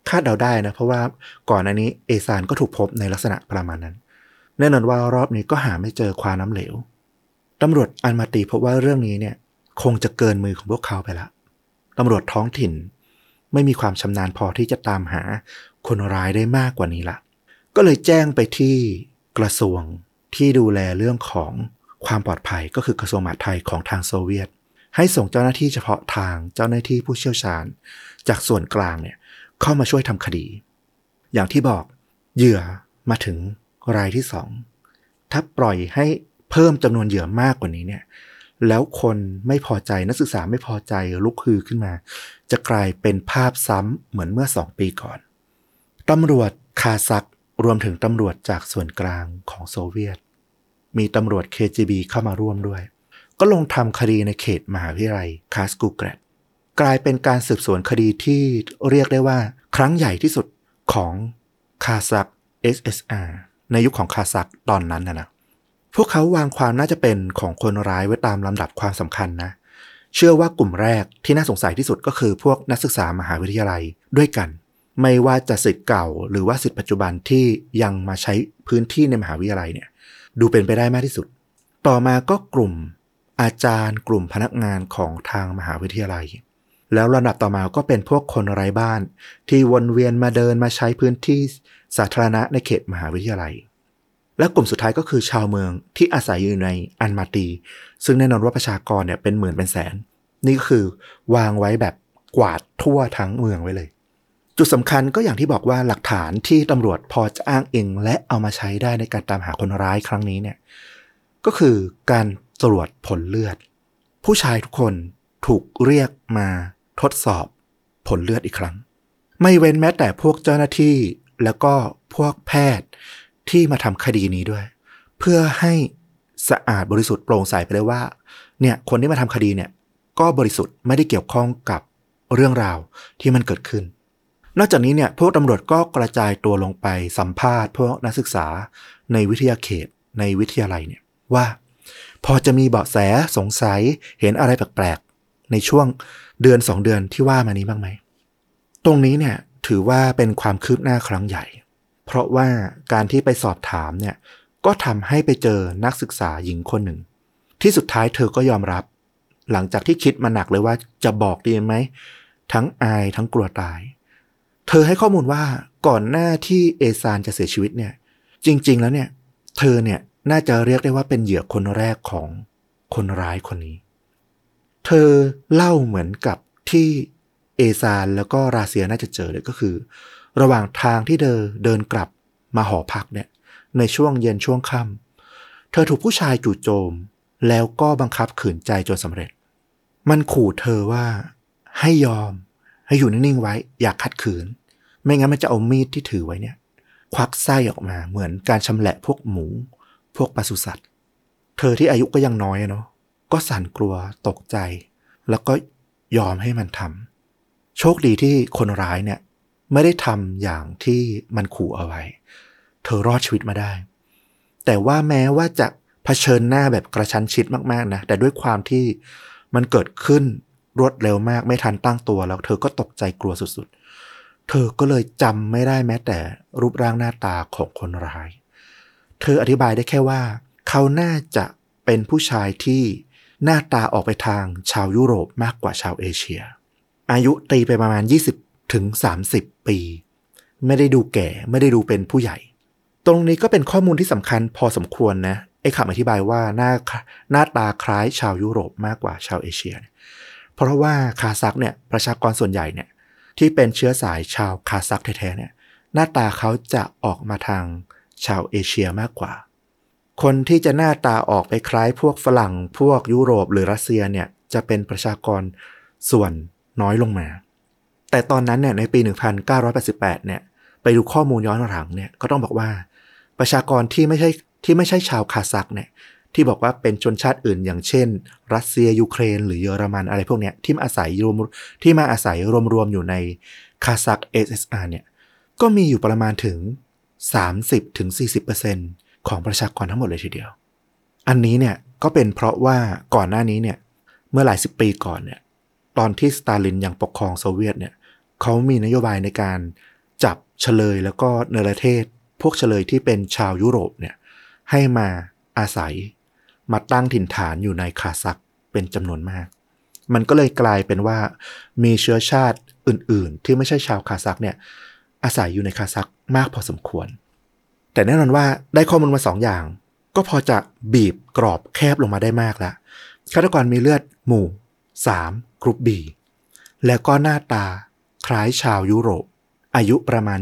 คาดเดาได้นะเพราะว่าก่อนอันนี้เอซานก็ถูกพบในลักษณะประมาณนั้นแน่นอนว่ารอบนี้ก็หาไม่เจอควาน้ำเหลวตำรวจอันมาตีพบว่าเรื่องนี้เนี่ยคงจะเกินมือของพวกเขาไปละตำรวจท้องถิ่นไม่มีความชำนาญพอที่จะตามหาคนร้ายได้มากกว่านี้ละก็เลยแจ้งไปที่กระทรวงที่ดูแลเรื่องของความปลอดภัยก็คือกระทรวงมหาดไทยของทางโซเวียตให้ส่งเจ้าหน้าที่เฉพาะทางเจ้าหน้าที่ผู้เชี่ยวชาญจากส่วนกลางเนี่ยเข้ามาช่วยทำคดีอย่างที่บอกเหยื่อมาถึงรายที่2ถ้าปล่อยให้เพิ่มจำนวนเหยื่อมากกว่านี้เนี่ยแล้วคนไม่พอใจนักศึกษาไม่พอใจลุกฮือขึ้นมาจะกลายเป็นภาพซ้ำเหมือนเมื่อ2 ปีก่อนตำรวจคาซัครวมถึงตำรวจจากส่วนกลางของโซเวียตมีตำรวจ KGB เข้ามาร่วมด้วยก็ลงทำคดีในเขตมหาวิทยาลัยคาสกูแกรดกลายเป็นการสืบสวนคดีที่เรียกได้ว่าครั้งใหญ่ที่สุดของคาซัค SSR ในยุคของคาซัคตอนนั้นนะพวกเขาวางความน่าจะเป็นของคนร้ายไว้ตามลำดับความสำคัญนะเชื่อว่ากลุ่มแรกที่น่าสงสัยที่สุดก็คือพวกนักศึกษามหาวิทยาลัยด้วยกันไม่ว่าจะศิษย์เก่าหรือว่าศิษย์ปัจจุบันที่ยังมาใช้พื้นที่ในมหาวิทยาลัยเนี่ยดูเป็นไปได้มากที่สุดต่อมาก็กลุ่มอาจารย์กลุ่มพนักงานของทางมหาวิทยาลัยแล้วลำดับต่อมาก็เป็นพวกคนไร้บ้านที่วนเวียนมาเดินมาใช้พื้นที่สาธารณะในเขตมหาวิทยาลัยและกลุ่มสุดท้ายก็คือชาวเมืองที่อาศัยอยู่ในอันมาตีซึ่งแน่นอนว่าประชากรเนี่ยเป็นหมื่นเป็นแสนนี่ก็คือวางไว้แบบกวาดทั่วทั้งเมืองไว้เลยจุดสำคัญก็อย่างที่บอกว่าหลักฐานที่ตำรวจพอจะอ้างอิงและเอามาใช้ได้ในการตามหาคนร้ายครั้งนี้เนี่ยก็คือการตรวจผลเลือดผู้ชายทุกคนถูกเรียกมาทดสอบผลเลือดอีกครั้งไม่เว้นแม้แต่พวกเจ้าหน้าที่แล้วก็พวกแพทย์ที่มาทำคดีนี้ด้วยเพื่อให้สะอาดบริสุทธิ์โปร่งใสไปเลยว่าเนี่ยคนที่มาทำคดีเนี่ยก็บริสุทธิ์ไม่ได้เกี่ยวข้องกับเรื่องราวที่มันเกิดขึ้นนอกจากนี้เนี่ยพวกตำรวจก็กระจายตัวลงไปสัมภาษณ์พวกนักศึกษาในวิทยาเขตในวิทยาลัยเนี่ยว่าพอจะมีเบาะแสสงสัยเห็นอะไรแปลกๆในช่วงเดือน2 เดือนที่ว่ามานี้บ้างไหมตรงนี้เนี่ยถือว่าเป็นความคืบหน้าครั้งใหญ่เพราะว่าการที่ไปสอบถามเนี่ยก็ทำให้ไปเจอนักศึกษาหญิงคนหนึ่งที่สุดท้ายเธอก็ยอมรับหลังจากที่คิดมาหนักเลยว่าจะบอกดีไหมทั้งอายทั้งกลัวตายเธอให้ข้อมูลว่าก่อนหน้าที่เอซานจะเสียชีวิตเนี่ยจริงๆแล้วเนี่ยเธอเนี่ยน่าจะเรียกได้ว่าเป็นเหยื่อคนแรกของคนร้ายคนนี้เธอเล่าเหมือนกับที่เอซานแล้วก็ราเซียน่าจะเจอเลยก็คือระหว่างทางที่เดินกลับมาหอพักเนี่ยในช่วงเย็นช่วงค่ำเธอถูกผู้ชายจู่โจมแล้วก็บังคับขืนใจจนสำเร็จมันขู่เธอว่าให้ยอมให้อยู่นิ่งๆไว้อย่าขัดขืนไม่งั้นมันจะเอามีดที่ถือไว้เนี่ยควักไส้ออกมาเหมือนการชำแหละพวกหมูพวกปศุสัตว์เธอที่อายุก็ยังน้อยเนาะก็สั่นกลัวตกใจแล้วก็ยอมให้มันทำโชคดีที่คนร้ายเนี่ยไม่ได้ทำอย่างที่มันขู่เอาไว้เธอรอดชีวิตมาได้แต่ว่าแม้ว่าจะเผชิญหน้าแบบกระชั้นชิดมากๆนะแต่ด้วยความที่มันเกิดขึ้นรวดเร็วมากไม่ทันตั้งตัวแล้วเธอก็ตกใจกลัวสุดๆเธอก็เลยจำไม่ได้แม้แต่รูปร่างหน้าตาของคนร้ายเธออธิบายได้แค่ว่าเขาน่าจะเป็นผู้ชายที่หน้าตาออกไปทางชาวยุโรปมากกว่าชาวเอเชียอายุตีไปประมาณ20 ถึง 30 ปีไม่ได้ดูแก่ไม่ได้ดูเป็นผู้ใหญ่ตรงนี้ก็เป็นข้อมูลที่สำคัญพอสมควรนะไอ้คำอธิบายว่าหน้าตาคล้ายชาวยุโรปมากกว่าชาวเอเชียเพราะว่าคาซัคเนี่ยประชากรส่วนใหญ่เนี่ยที่เป็นเชื้อสายชาวคาซัคแท้ๆเนี่ยหน้าตาเขาจะออกมาทางชาวเอเชียมากกว่าคนที่จะหน้าตาออกไปคล้ายพวกฝรั่งพวกยุโรปหรือรัสเซียเนี่ยจะเป็นประชากรส่วนน้อยลงมาแต่ตอนนั้นเนี่ยในปี 1988 เนี่ยไปดูข้อมูลย้อนหลังเนี่ยก็ต้องบอกว่าประชากรที่ไม่ใช่ชาวคาซัคเนี่ยที่บอกว่าเป็นชนชาติอื่นอย่างเช่นรัสเซียยูเครนหรือเยอรมันอะไรพวกเนี้ยที่มาอาศัยรวมอยู่ในคาซัค SSR เนี่ยก็มีอยู่ประมาณถึง 30-40% ของประชากรทั้งหมดเลยทีเดียวอันนี้เนี่ยก็เป็นเพราะว่าก่อนหน้านี้เนี่ยเมื่อหลายสิบปีก่อนเนี่ยตอนที่สตาลินยังปกครองโซเวียตเนี่ยเขามีนโยบายในการเฉลยแล้วก็เนรเทศพวกเฉลยที่เป็นชาวยุโรปเนี่ยให้มาอาศัยมาตั้งถิ่นฐานอยู่ในคาซัคเป็นจำนวนมากมันก็เลยกลายเป็นว่ามีเชื้อชาติอื่นๆที่ไม่ใช่ชาวคาซัคเนี่ยอาศัยอยู่ในคาซัคมากพอสมควรแต่แน่นอนว่าได้ข้อมูลมา2 อย่างก็พอจะบีบกรอบแคบลงมาได้มากแล้วฆาตกรมีเลือดหมู่3กรุ๊ป B แล้วก็หน้าตาคล้ายชาวยุโรปอายุประมาณ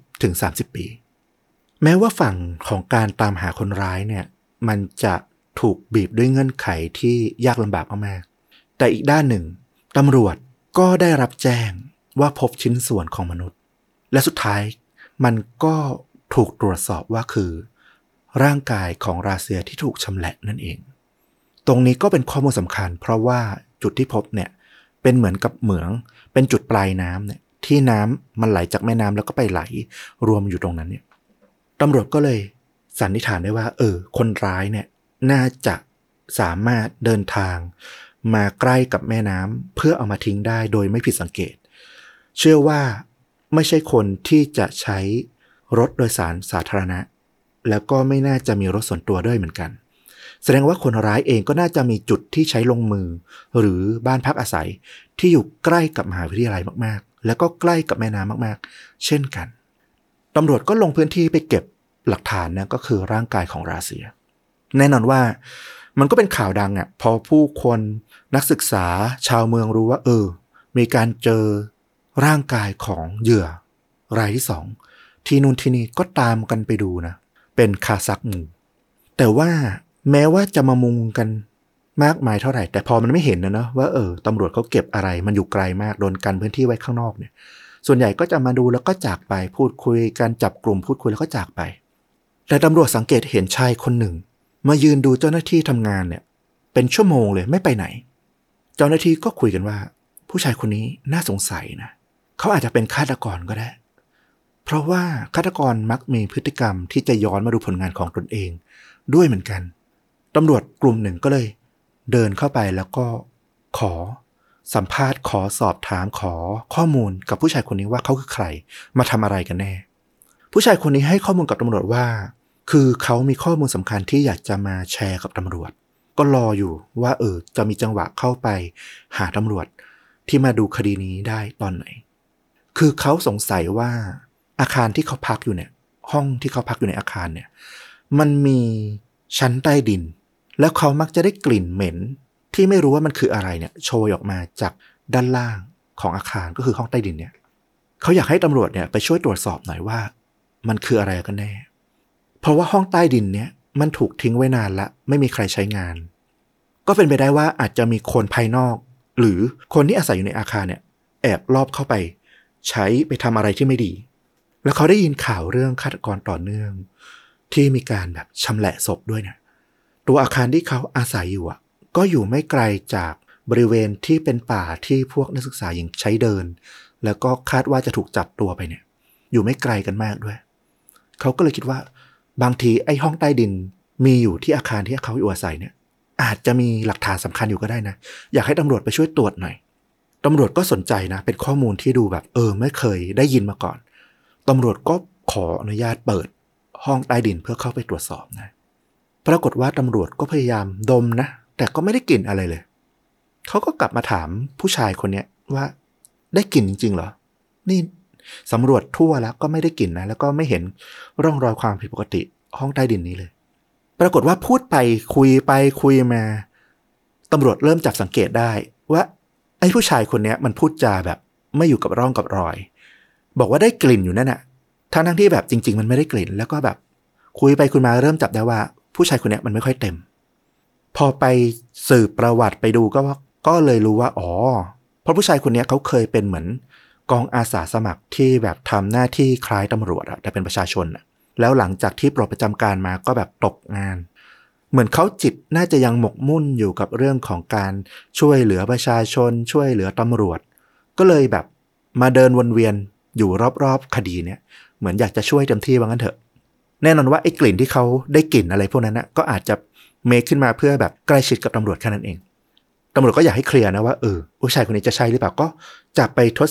20-30 ปีแม้ว่าฝั่งของการตามหาคนร้ายเนี่ยมันจะถูกบีบด้วยเงื่อนไขที่ยากลำบากมากๆแต่อีกด้านหนึ่งตำรวจก็ได้รับแจ้งว่าพบชิ้นส่วนของมนุษย์และสุดท้ายมันก็ถูกตรวจสอบว่าคือร่างกายของราเซียที่ถูกชำแหละนั่นเองตรงนี้ก็เป็นข้อมูลสำคัญเพราะว่าจุดที่พบเนี่ยเป็นเหมือนกับเหมืองเป็นจุดปลายน้ำเนี่ยที่น้ำมันไหลจากแม่น้ำแล้วก็ไปไหลรวมอยู่ตรงนั้นเนี่ยตำรวจก็เลยสันนิษฐานได้ว่าคนร้ายเนี่ยน่าจะสามารถเดินทางมาใกล้กับแม่น้ำเพื่อเอามาทิ้งได้โดยไม่ผิดสังเกตเชื่อว่าไม่ใช่คนที่จะใช้รถโดยสารสาธารณะแล้วก็ไม่น่าจะมีรถส่วนตัวด้วยเหมือนกันแสดงว่าคนร้ายเองก็น่าจะมีจุดที่ใช้ลงมือหรือบ้านพักอาศัยที่อยู่ใกล้กับมหาวิทยาลัยมากๆแล้วก็ใกล้กับแม่น้ำมากๆเช่นกันตำรวจก็ลงพื้นที่ไปเก็บหลักฐานนะก็คือร่างกายของราเซียแน่นอนว่ามันก็เป็นข่าวดังพอผู้คนนักศึกษาชาวเมืองรู้ว่ามีการเจอร่างกายของเหยื่อรายที่2ที่นู่นที่นี่ก็ตามกันไปดูนะเป็นคาซัคมุงแต่ว่าแม้ว่าจะมามุงกันมากมายเท่าไหร่แต่พอมันไม่เห็นนะว่าตำรวจเขาเก็บอะไรมันอยู่ไกลมากโดนกันพื้นที่ไว้ข้างนอกเนี่ยส่วนใหญ่ก็จะมาดูแล้วก็จากไปพูดคุยกันจับกลุ่มพูดคุยแล้วก็จากไปแต่ตำรวจสังเกตเห็นชายคนหนึ่งมายืนดูเจ้าหน้าที่ทำงานเนี่ยเป็นชั่วโมงเลยไม่ไปไหนเจ้าหน้าที่ก็คุยกันว่าผู้ชายคนนี้น่าสงสัยนะเขาอาจจะเป็นฆาตกรก็ได้เพราะว่าฆาตกรมักมีพฤติกรรมที่จะย้อนมาดูผลงานของตนเองด้วยเหมือนกันตำรวจกลุ่มหนึ่งก็เลยเดินเข้าไปแล้วก็ขอสัมภาษณ์ขอสอบถามขอข้อมูลกับผู้ชายคนนี้ว่าเขาคือใครมาทำอะไรกันแน่ผู้ชายคนนี้ให้ข้อมูลกับตำรวจว่าคือเขามีข้อมูลสำคัญที่อยากจะมาแชร์กับตำรวจก็รออยู่ว่าจะมีจังหวะเข้าไปหาตำรวจที่มาดูคดีนี้ได้ตอนไหนคือเขาสงสัยว่าอาคารที่เขาพักอยู่เนี่ยห้องที่เขาพักอยู่ในอาคารเนี่ยมันมีชั้นใต้ดินแล้วเขามักจะได้กลิ่นเหม็นที่ไม่รู้ว่ามันคืออะไรเนี่ยโชยออกมาจากด้านล่างของอาคารก็คือห้องใต้ดินเนี่ยเขาอยากให้ตำรวจเนี่ยไปช่วยตรวจสอบหน่อยว่ามันคืออะไรกันแน่เพราะว่าห้องใต้ดินเนี่ยมันถูกทิ้งไว้นานละไม่มีใครใช้งานก็เป็นไปได้ว่าอาจจะมีคนภายนอกหรือคนที่อาศัยอยู่ในอาคารเนี่ยแอบลอบเข้าไปใช้ไปทำอะไรที่ไม่ดีแล้วเขาได้ยินข่าวเรื่องฆาตกรต่อเนื่องที่มีการแบบชำแหละศพด้วยเนี่ยตัวอาคารที่เขาอาศัยอยู่ก็อยู่ไม่ไกลจากบริเวณที่เป็นป่าที่พวกนักศึกษาหญิงใช้เดินแล้วก็คาดว่าจะถูกจับตัวไปเนี่ยอยู่ไม่ไกลกันมากด้วยเขาก็เลยคิดว่าบางทีไอ้ห้องใต้ดินมีอยู่ที่อาคารที่เขาอยู่อาศัยเนี่ยอาจจะมีหลักฐานสำคัญอยู่ก็ได้นะอยากให้ตำรวจไปช่วยตรวจหน่อยตำรวจก็สนใจนะเป็นข้อมูลที่ดูแบบไม่เคยได้ยินมาก่อนตำรวจก็ขออนุญาตเปิดห้องใต้ดินเพื่อเข้าไปตรวจสอบนะปรากฏว่าตำรวจก็พยายามดมนะแต่ก็ไม่ได้กลิ่นอะไรเลยเขาก็กลับมาถามผู้ชายคนนี้ว่าได้กลิ่นจริงๆเหรอนี่สำรวจทั่วแล้วก็ไม่ได้กลิ่นนะแล้วก็ไม่เห็นร่องรอยความผิดปกติห้องใต้ดินนี้เลยปรากฏว่าพูดไปคุยมาตำรวจเริ่มจับสังเกตได้ว่าไอ้ผู้ชายคนนี้มันพูดจาแบบไม่อยู่กับร่องกับรอยบอกว่าได้กลิ่นอยู่นั่นน่ะทั้งที่แบบจริงๆมันไม่ได้กลิ่นแล้วก็แบบคุยไปคุยมาเริ่มจับได้ว่าผู้ชายคนนี้มันไม่ค่อยเต็มพอไปสืบประวัติไปดูก็เลยรู้ว่าเพราะผู้ชายคนนี้เขาเคยเป็นเหมือนกองอาสาสมัครที่แบบทำหน้าที่คล้ายตำรวจแต่เป็นประชาชนแล้วหลังจากที่ปลดประจำการมาก็แบบตกงานเหมือนเขาจิตน่าจะยังหมกมุ่นอยู่กับเรื่องของการช่วยเหลือประชาชนช่วยเหลือตำรวจก็เลยแบบมาเดินวนเวียนอยู่รอบๆคดีเนี่ยเหมือนอยากจะช่วยเต็มที่ว่างั้นเถอะแน่นอนว่าไอ้กลิ่นที่เขาได้กลิ่นอะไรพวกนั้นนะก็อาจจะเมคขึ้นมาเพื่อแบบใกล้ชิดกับตำรวจแค่นั้นเองตำรวจก็อยากให้เคลียร์นะว่าผู้ชายคนนี้จะใช่หรือเปล่าก็จะไปทดสอบ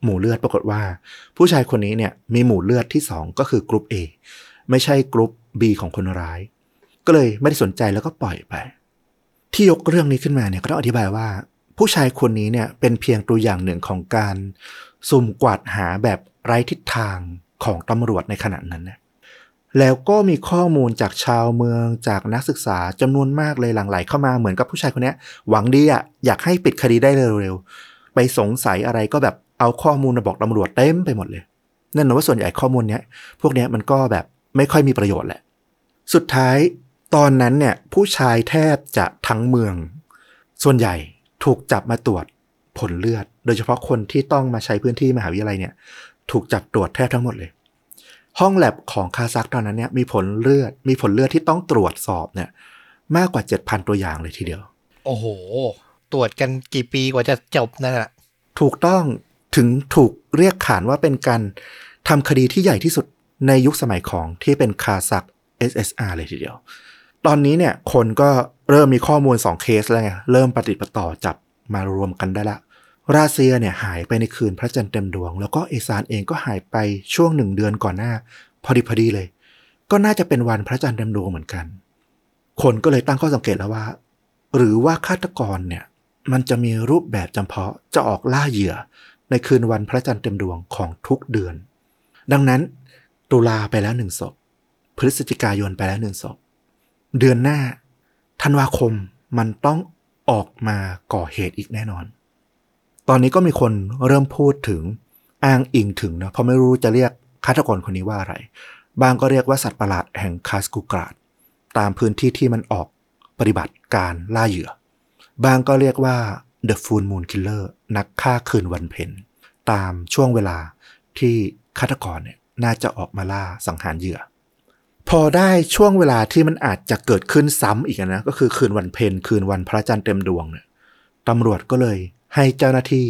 หมู่เลือดปรากฏว่าผู้ชายคนนี้เนี่ยมีหมู่เลือดที่2ก็คือกรุ๊ป A ไม่ใช่กรุ๊ป B ของคนร้ายก็เลยไม่ได้สนใจแล้วก็ปล่อยไปที่ยกเรื่องนี้ขึ้นมาเนี่ยก็ต้องอธิบายว่าผู้ชายคนนี้เนี่ยเป็นเพียงตัวอย่างหนึ่งของการสุ่มกวาดหาแบบไร้ทิศทางของตำรวจในขณะนั้นนะแล้วก็มีข้อมูลจากชาวเมืองจากนักศึกษาจำนวนมากเลยหลั่งไหลเข้ามาเหมือนกับผู้ชายคนนี้หวังดีอยากให้ปิดคดีได้เร็วๆไปสงสัยอะไรก็แบบเอาข้อมูลมาบอกตำรวจเต็มไปหมดเลยนั่นนะว่าส่วนใหญ่ข้อมูลเนี้ยพวกเนี้ยมันก็แบบไม่ค่อยมีประโยชน์แหละสุดท้ายตอนนั้นเนี่ยผู้ชายแทบจะทั้งเมืองส่วนใหญ่ถูกจับมาตรวจผลเลือดโดยเฉพาะคนที่ต้องมาใช้พื้นที่มหาวิทยาลัยเนี่ยถูกจับตรวจแทบทั้งหมดเลยห้องแลบของคาซัคตอนนั้นเนี่ยมีผลเลือดที่ต้องตรวจสอบเนี่ยมากกว่า 7,000 ตัวอย่างเลยทีเดียวโอ้โหตรวจกันกี่ปีกว่าจะจบนั่นแหละถูกต้องถึงถูกเรียกขานว่าเป็นการทำคดีที่ใหญ่ที่สุดในยุคสมัยของที่เป็นคาซัค SSR เลยทีเดียวตอนนี้เนี่ยคนก็เริ่มมีข้อมูล2เคสแล้วไงเริ่มปฏิปต่อจับมารวมกันได้ละราเซียเนี่ยหายไปในคืนพระจันทร์เต็มดวงแล้วก็เอซานเองก็หายไปช่วง1 เดือนก่อนหน้าพอดีเลยก็น่าจะเป็นวันพระจันทร์เต็มดวงเหมือนกันคนก็เลยตั้งข้อสังเกตแล้วว่าหรือว่าฆาตกรเนี่ยมันจะมีรูปแบบจำเพาะจะออกล่าเหยื่อในคืนวันพระจันทร์เต็มดวงของทุกเดือนดังนั้นตุลาไปแล้ว1 ศพพฤศจิกายนไปแล้ว1 ศพเดือนหน้าธันวาคมมันต้องออกมาก่อเหตุอีกแน่นอนตอนนี้ก็มีคนเริ่มพูดถึงอ้างอิงถึงนะเพราะไม่รู้จะเรียกฆาตกรคนนี้ว่าอะไรบางก็เรียกว่าสัตว์ประหลาดแห่งคาสกูกราดตามพื้นที่ที่มันออกปฏิบัติการล่าเหยื่อบางก็เรียกว่า The Full Moon Killer นักฆ่าคืนวันเพ็ญตามช่วงเวลาที่ฆาตกรเนี่ยน่าจะออกมาล่าสังหารเหยื่อพอได้ช่วงเวลาที่มันอาจจะเกิดขึ้นซ้ำอีกนะก็คือคืนวันเพ็ญคืนวันพระจันทร์เต็มดวงเนี่ยตำรวจก็เลยให้เจ้าหน้าที่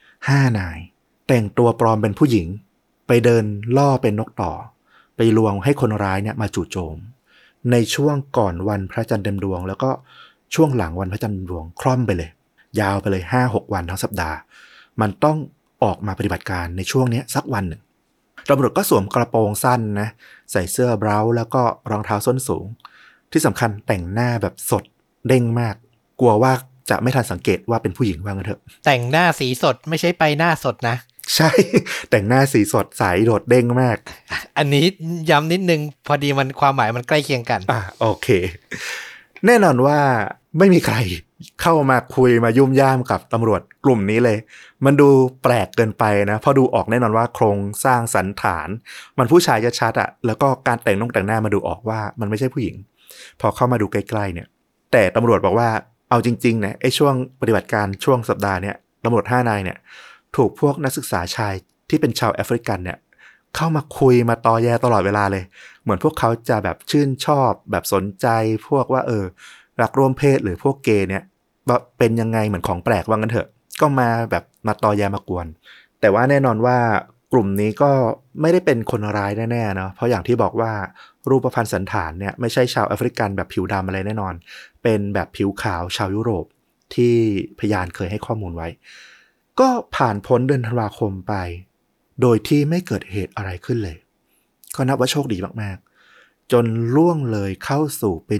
5 นายแต่งตัวปลอมเป็นผู้หญิงไปเดินล่อเป็นนกต่อไปลวงให้คนร้ายเนี่ยมาจู่โจมในช่วงก่อนวันพระจันทร์เต็มดวงแล้วก็ช่วงหลังวันพระจันทร์เต็มดวงคล่อมไปเลยยาวไปเลย 5-6 วันทั้งสัปดาห์มันต้องออกมาปฏิบัติการในช่วงนี้สักวันหนึ่งตำรวจก็สวมกระโปรงสั้นนะใส่เสื้อเบราแล้วก็รองเท้าส้นสูงที่สำคัญแต่งหน้าแบบสดเด้งมากกลัวว่าจะไม่ทันสังเกตว่าเป็นผู้หญิงว่างั้นเถอะแต่งหน้าสีสดไม่ใช่ไปหน้าสดนะใช่แต่งหน้าสีสดใสโดดเด้งมากอันนี้ย้ำนิดนึงพอดีมันความหมายมันใกล้เคียงกันโอเคแน่นอนว่าไม่มีใครเข้ามาคุยมายุ่มย่ามกับตำรวจกลุ่มนี้เลยมันดูแปลกเกินไปนะพอดูออกแน่นอนว่าโครงสร้างสันฐานมันผู้ชายชัดๆแล้วก็การแต่งหน้ามาดูออกว่ามันไม่ใช่ผู้หญิงพอเข้ามาดูใกล้ๆเนี่ยแต่ตำรวจบอกว่าเอาจริงๆเนี่ยไอ้ช่วงปฏิบัติการช่วงสัปดาห์เนี่ยตำรวจ5 นายเนี่ยถูกพวกนักศึกษาชายที่เป็นชาวแอฟริกันเนี่ยเข้ามาคุยมาตอแยตลอดเวลาเลยเหมือนพวกเขาจะแบบชื่นชอบแบบสนใจพวกว่ารักร่วมเพศหรือพวกเกย์เนี่ยเป็นยังไงเหมือนของแปลกว่างั้นเถอะก็มาแบบมาตอแยมากวนแต่ว่าแน่นอนว่ากลุ่มนี้ก็ไม่ได้เป็นคนร้ายแน่ๆเนาะเพราะอย่างที่บอกว่ารูปพรรณสันฐานเนี่ยไม่ใช่ชาวแอฟริกันแบบผิวดำอะไรแน่นอนเป็นแบบผิวขาวชาวยุโรปที่พยานเคยให้ข้อมูลไว้ก็ผ่านพ้นเดือนธันวาคมไปโดยที่ไม่เกิดเหตุอะไรขึ้นเลยก็นับว่าโชคดีมากๆจนล่วงเลยเข้าสู่ปี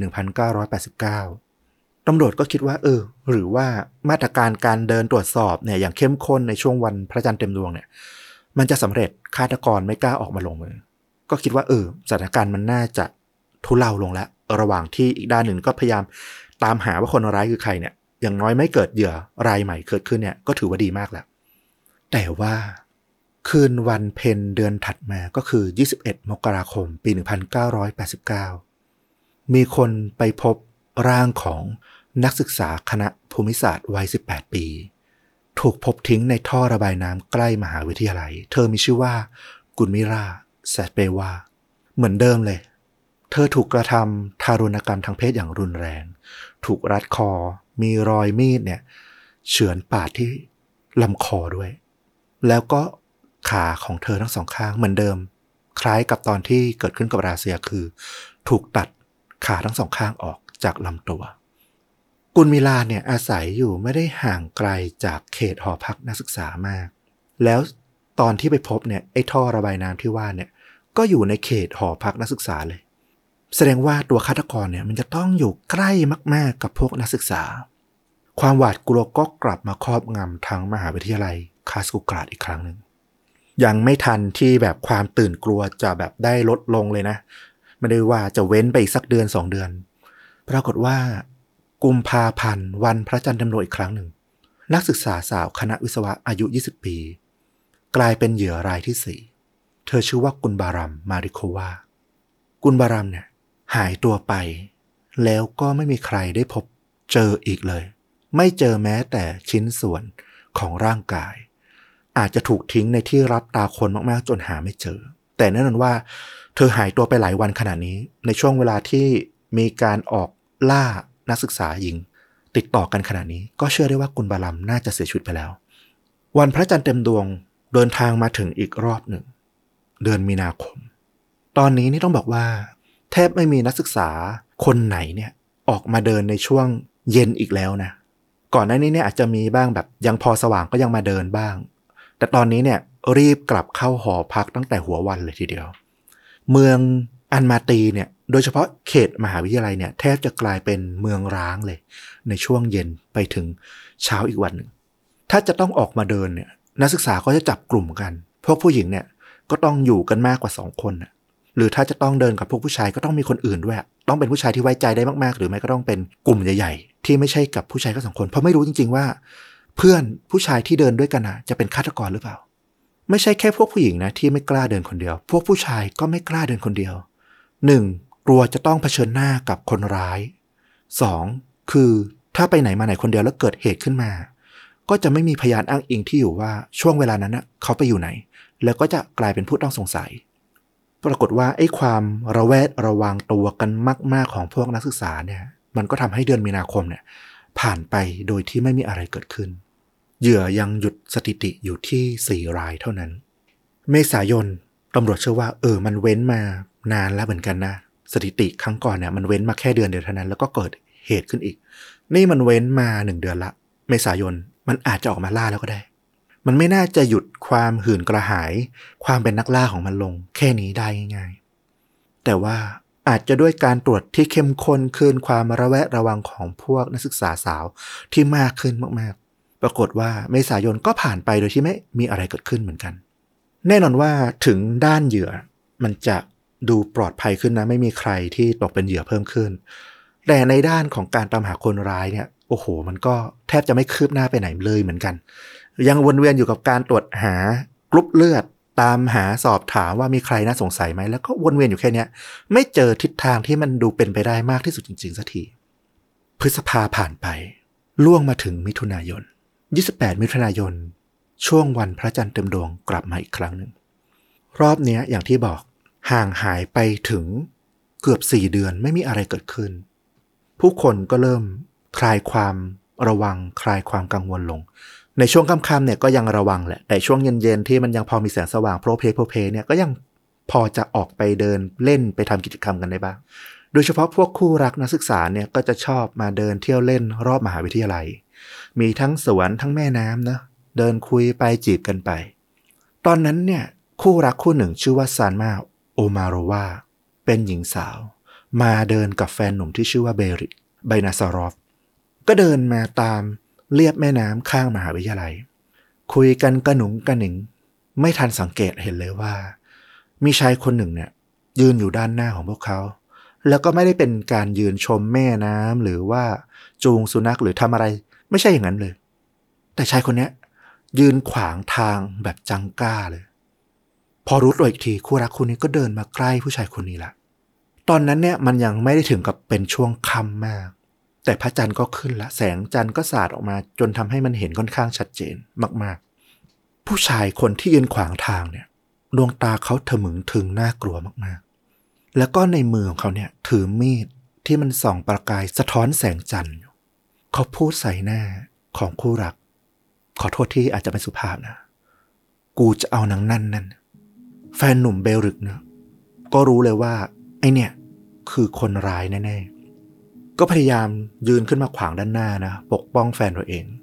1989 ตำรวจก็คิดว่าหรือว่ามาตรการการเดินตรวจสอบเนี่ยอย่างเข้มข้นในช่วงวันพระจันทร์เต็มดวงเนี่ยมันจะสำเร็จฆาตกรไม่กล้าออกมาลงมือก็คิดว่าสถานการณ์มันน่าจะทุเลาลงแล้วระหว่างที่อีกด้านหนึ่งก็พยายามตามหาว่าคนร้ายคือใครเนี่ยอย่างน้อยไม่เกิดเหยื่อรายใหม่เกิดขึ้นเนี่ยก็ถือว่าดีมากแล้วแต่ว่าคืนวันเพ็ญเดือนถัดมาก็คือ21 มกราคมปี 1989 มีคนไปพบร่างของนักศึกษาคณะภูมิศาสตร์วัย 18 ปีถูกพบทิ้งในท่อระบายน้ำใกล้มหาวิทยาลัยเธอมีชื่อว่ากุลมิราแซเปวาเหมือนเดิมเลยเธอถูกกระทำทารุณกรรมทางเพศอย่างรุนแรงถูกรัดคอมีรอยมีดเนี่ยเฉือนปาดที่ลำคอด้วยแล้วก็ขาของเธอทั้ง2 ข้างเหมือนเดิมคล้ายกับตอนที่เกิดขึ้นกับราเซียคือถูกตัดขาทั้ง2 ข้างออกจากลำตัวกุลมิลาเนี่ยอาศัยอยู่ไม่ได้ห่างไกลจากเขตหอพักนักศึกษามากแล้วตอนที่ไปพบเนี่ยไอ้ท่อระบายน้ำที่ว่าเนี่ยก็อยู่ในเขตหอพักนักศึกษาเลยแสดงว่าตัวฆาตกรเนี่ยมันจะต้องอยู่ใกล้มากๆกับพวกนักศึกษาความหวาดกลัวก็กลับมาครอบงำทั้งมหาวิทยาลัยคาสกูกราดอีกครั้งหนึ่งยังไม่ทันที่แบบความตื่นกลัวจะแบบได้ลดลงเลยนะไม่ได้ว่าจะเว้นไปอีกสักเดือน2 เดือนปรากฏว่ากุมภาพันธ์วันพระจันทร์เต็มดวงอีกครั้งหนึ่งนักศึกษาสาวคณะวิศวะอายุ20 ปีกลายเป็นเหยื่อรายที่4เธอชื่อว่ากุลบารัมมาริโควากุลบารัมเนี่ยหายตัวไปแล้วก็ไม่มีใครได้พบเจออีกเลยไม่เจอแม้แต่ชิ้นส่วนของร่างกายอาจจะถูกทิ้งในที่รับตาคนมากๆจนหาไม่เจอแต่แน่นอนว่าเธอหายตัวไปหลายวันขนาดนี้ในช่วงเวลาที่มีการออกล่านักศึกษาหญิงติดต่อกันขนาดนี้ก็เชื่อได้ว่ากุลบารัมน่าจะเสียชีวิตไปแล้ววันพระจันทร์เต็มดวงเดินทางมาถึงอีกรอบหนึ่งเดือนมีนาคมตอนนี้นี่ต้องบอกว่าแทบไม่มีนักศึกษาคนไหนเนี่ยออกมาเดินในช่วงเย็นอีกแล้วนะก่อนหน้านี้เนี่ยอาจจะมีบ้างแบบยังพอสว่างก็ยังมาเดินบ้างแต่ตอนนี้เนี่ยรีบกลับเข้าหอพักตั้งแต่หัววันเลยทีเดียวเมืองอันมาตีเนี่ยโดยเฉพาะเขตมหาวิทยาลัยเนี่ยแทบจะกลายเป็นเมืองร้างเลยในช่วงเย็นไปถึงเช้าอีกวันหนึ่งถ้าจะต้องออกมาเดินเนี่ยนักศึกษาก็จะจับกลุ่มกันพวกผู้หญิงเนี่ยก็ต้องอยู่กันมากกว่า2 คนนะหรือถ้าจะต้องเดินกับพวกผู้ชายก็ต้องมีคนอื่นด้วยต้องเป็นผู้ชายที่ไว้ใจได้มากๆหรือไม่ก็ต้องเป็นกลุ่มใหญ่ๆที่ไม่ใช่กับผู้ชายแค่2 คนเพราะไม่รู้จริงๆว่าเพื่อนผู้ชายที่เดินด้วยกันจะเป็นฆาตกรหรือเปล่าไม่ใช่แค่พวกผู้หญิงนะที่ไม่กล้าเดินคนเดียวพวกผู้ชายก็ไม่กล้าเดินคนเดียว 1. กลัวจะต้องเผชิญหน้ากับคนร้าย 2. คือถ้าไปไหนมาไหนคนเดียวแล้วเกิดเหตุขึ้นมาก็จะไม่มีพยานอ้างอิงที่อยู่ว่าช่วงเวลานั้นเขาไปอยู่ไหนแล้วก็จะกลายเป็นผู้ต้องสงสัยปรากฏว่าไอ้ความระแวดระวังตัวกันมากๆของพวกนักศึกษาเนี่ยมันก็ทำให้เดือนมีนาคมเนี่ยผ่านไปโดยที่ไม่มีอะไรเกิดขึ้นเหยื่อยังหยุดสถิติอยู่ที่4 รายเท่านั้นเมษายนตำรวจเชื่อว่ามันเว้นมานานแล้วเหมือนกันนะสถิติครั้งก่อนเนี่ยมันเว้นมาแค่เดือนเดียวเท่านั้นแล้วก็เกิดเหตุขึ้นอีกนี่มันเว้นมา1 เดือนละเมษายนมันอาจจะออกมาล่าแล้วก็ได้มันไม่น่าจะหยุดความหื่นกระหายความเป็นนักล่าของมันลงแค่นี้ได้ง่ายๆแต่ว่าอาจจะด้วยการตรวจที่เข้มข้นขึ้นความระแวดระวังของพวกนักศึกษาสาวที่มากขึ้นมากๆปรากฏว่าเมษายนก็ผ่านไปโดยที่ไม่มีอะไรเกิดขึ้นเหมือนกันแน่นอนว่าถึงด้านเหยื่อมันจะดูปลอดภัยขึ้นนะไม่มีใครที่ตกเป็นเหยื่อเพิ่มขึ้นแต่ในด้านของการตามหาคนร้ายเนี่ยโอ้โหมันก็แทบจะไม่คืบหน้าไปไหนเลยเหมือนกันยังวนเวียนอยู่กับการตรวจหากรุ๊ปเลือดตามหาสอบถามว่ามีใครน่าสงสัยไหมแล้วก็วนเวียนอยู่แค่นี้ไม่เจอทิศทางที่มันดูเป็นไปได้มากที่สุดจริงๆสักทีพฤษภาผ่านไปล่วงมาถึงมิถุนายน28 มิถุนายนช่วงวันพระจันทร์เต็มดวงกลับมาอีกครั้งหนึ่งรอบนี้อย่างที่บอกห่างหายไปถึงเกือบ4 เดือนไม่มีอะไรเกิดขึ้นผู้คนก็เริ่มคลายความระวังคลายความกังวลลงในช่วงค่ำๆเนี่ยก็ยังระวังแหละแต่ช่วงเย็นๆที่มันยังพอมีแสงสว่างโพลเพเนี่ยก็ยังพอจะออกไปเดินเล่นไปทำกิจกรรมกันได้บ้างโดยเฉพาะพวกคู่รักนักศึกษาเนี่ยก็จะชอบมาเดินเที่ยวเล่นรอบมหาวิทยาลัยมีทั้งสวนทั้งแม่น้ำนะเดินคุยไปจีบกันไปตอนนั้นเนี่ยคู่รักคู่หนึ่งชื่อว่าซานมาโอมาโรวาเป็นหญิงสาวมาเดินกับแฟนหนุ่มที่ชื่อว่าเบริกไบนาซารอฟก็เดินมาตามเลียบแม่น้ำข้างมหาวิทยาลัยคุยกันกระหนุงกระหนิงไม่ทันสังเกตเห็นเลยว่ามีชายคนหนึ่งเนี่ยยืนอยู่ด้านหน้าของพวกเขาแล้วก็ไม่ได้เป็นการยืนชมแม่น้ำหรือว่าจูงสุนัขหรือทำอะไรไม่ใช่อย่างนั้นเลยแต่ชายคนนี้ยืนขวางทางแบบจังก้าเลยพอรู้ตัวอีกทีคู่รักคู่นี้ก็เดินมาใกล้ผู้ชายคนนี้ละตอนนั้นเนี่ยมันยังไม่ได้ถึงกับเป็นช่วงค่ำมากแต่พระจันทร์ก็ขึ้นละแสงจันทร์ก็สาดออกมาจนทำให้มันเห็นค่อนข้างชัดเจนมากๆผู้ชายคนที่ยืนขวางทางเนี่ยดวงตาเขาถมึงถึงน่ากลัวมากๆแล้วก็ในมือของเขาเนี่ยถือมีดที่มันส่องประกายสะท้อนแสงจันทร์อยู่เขาพูดใส่หน้าของคู่รักขอโทษที่อาจจะไม่สุภาพนะกูจะเอานางนั่นแฟนหนุ่มเบริกนะก็รู้เลยว่าไอเนี่ยคือคนร้ายแน่ๆก็พยายามยืนขึ้นมาขวางด้านหน้านะปกป้องแฟนตัวเองแ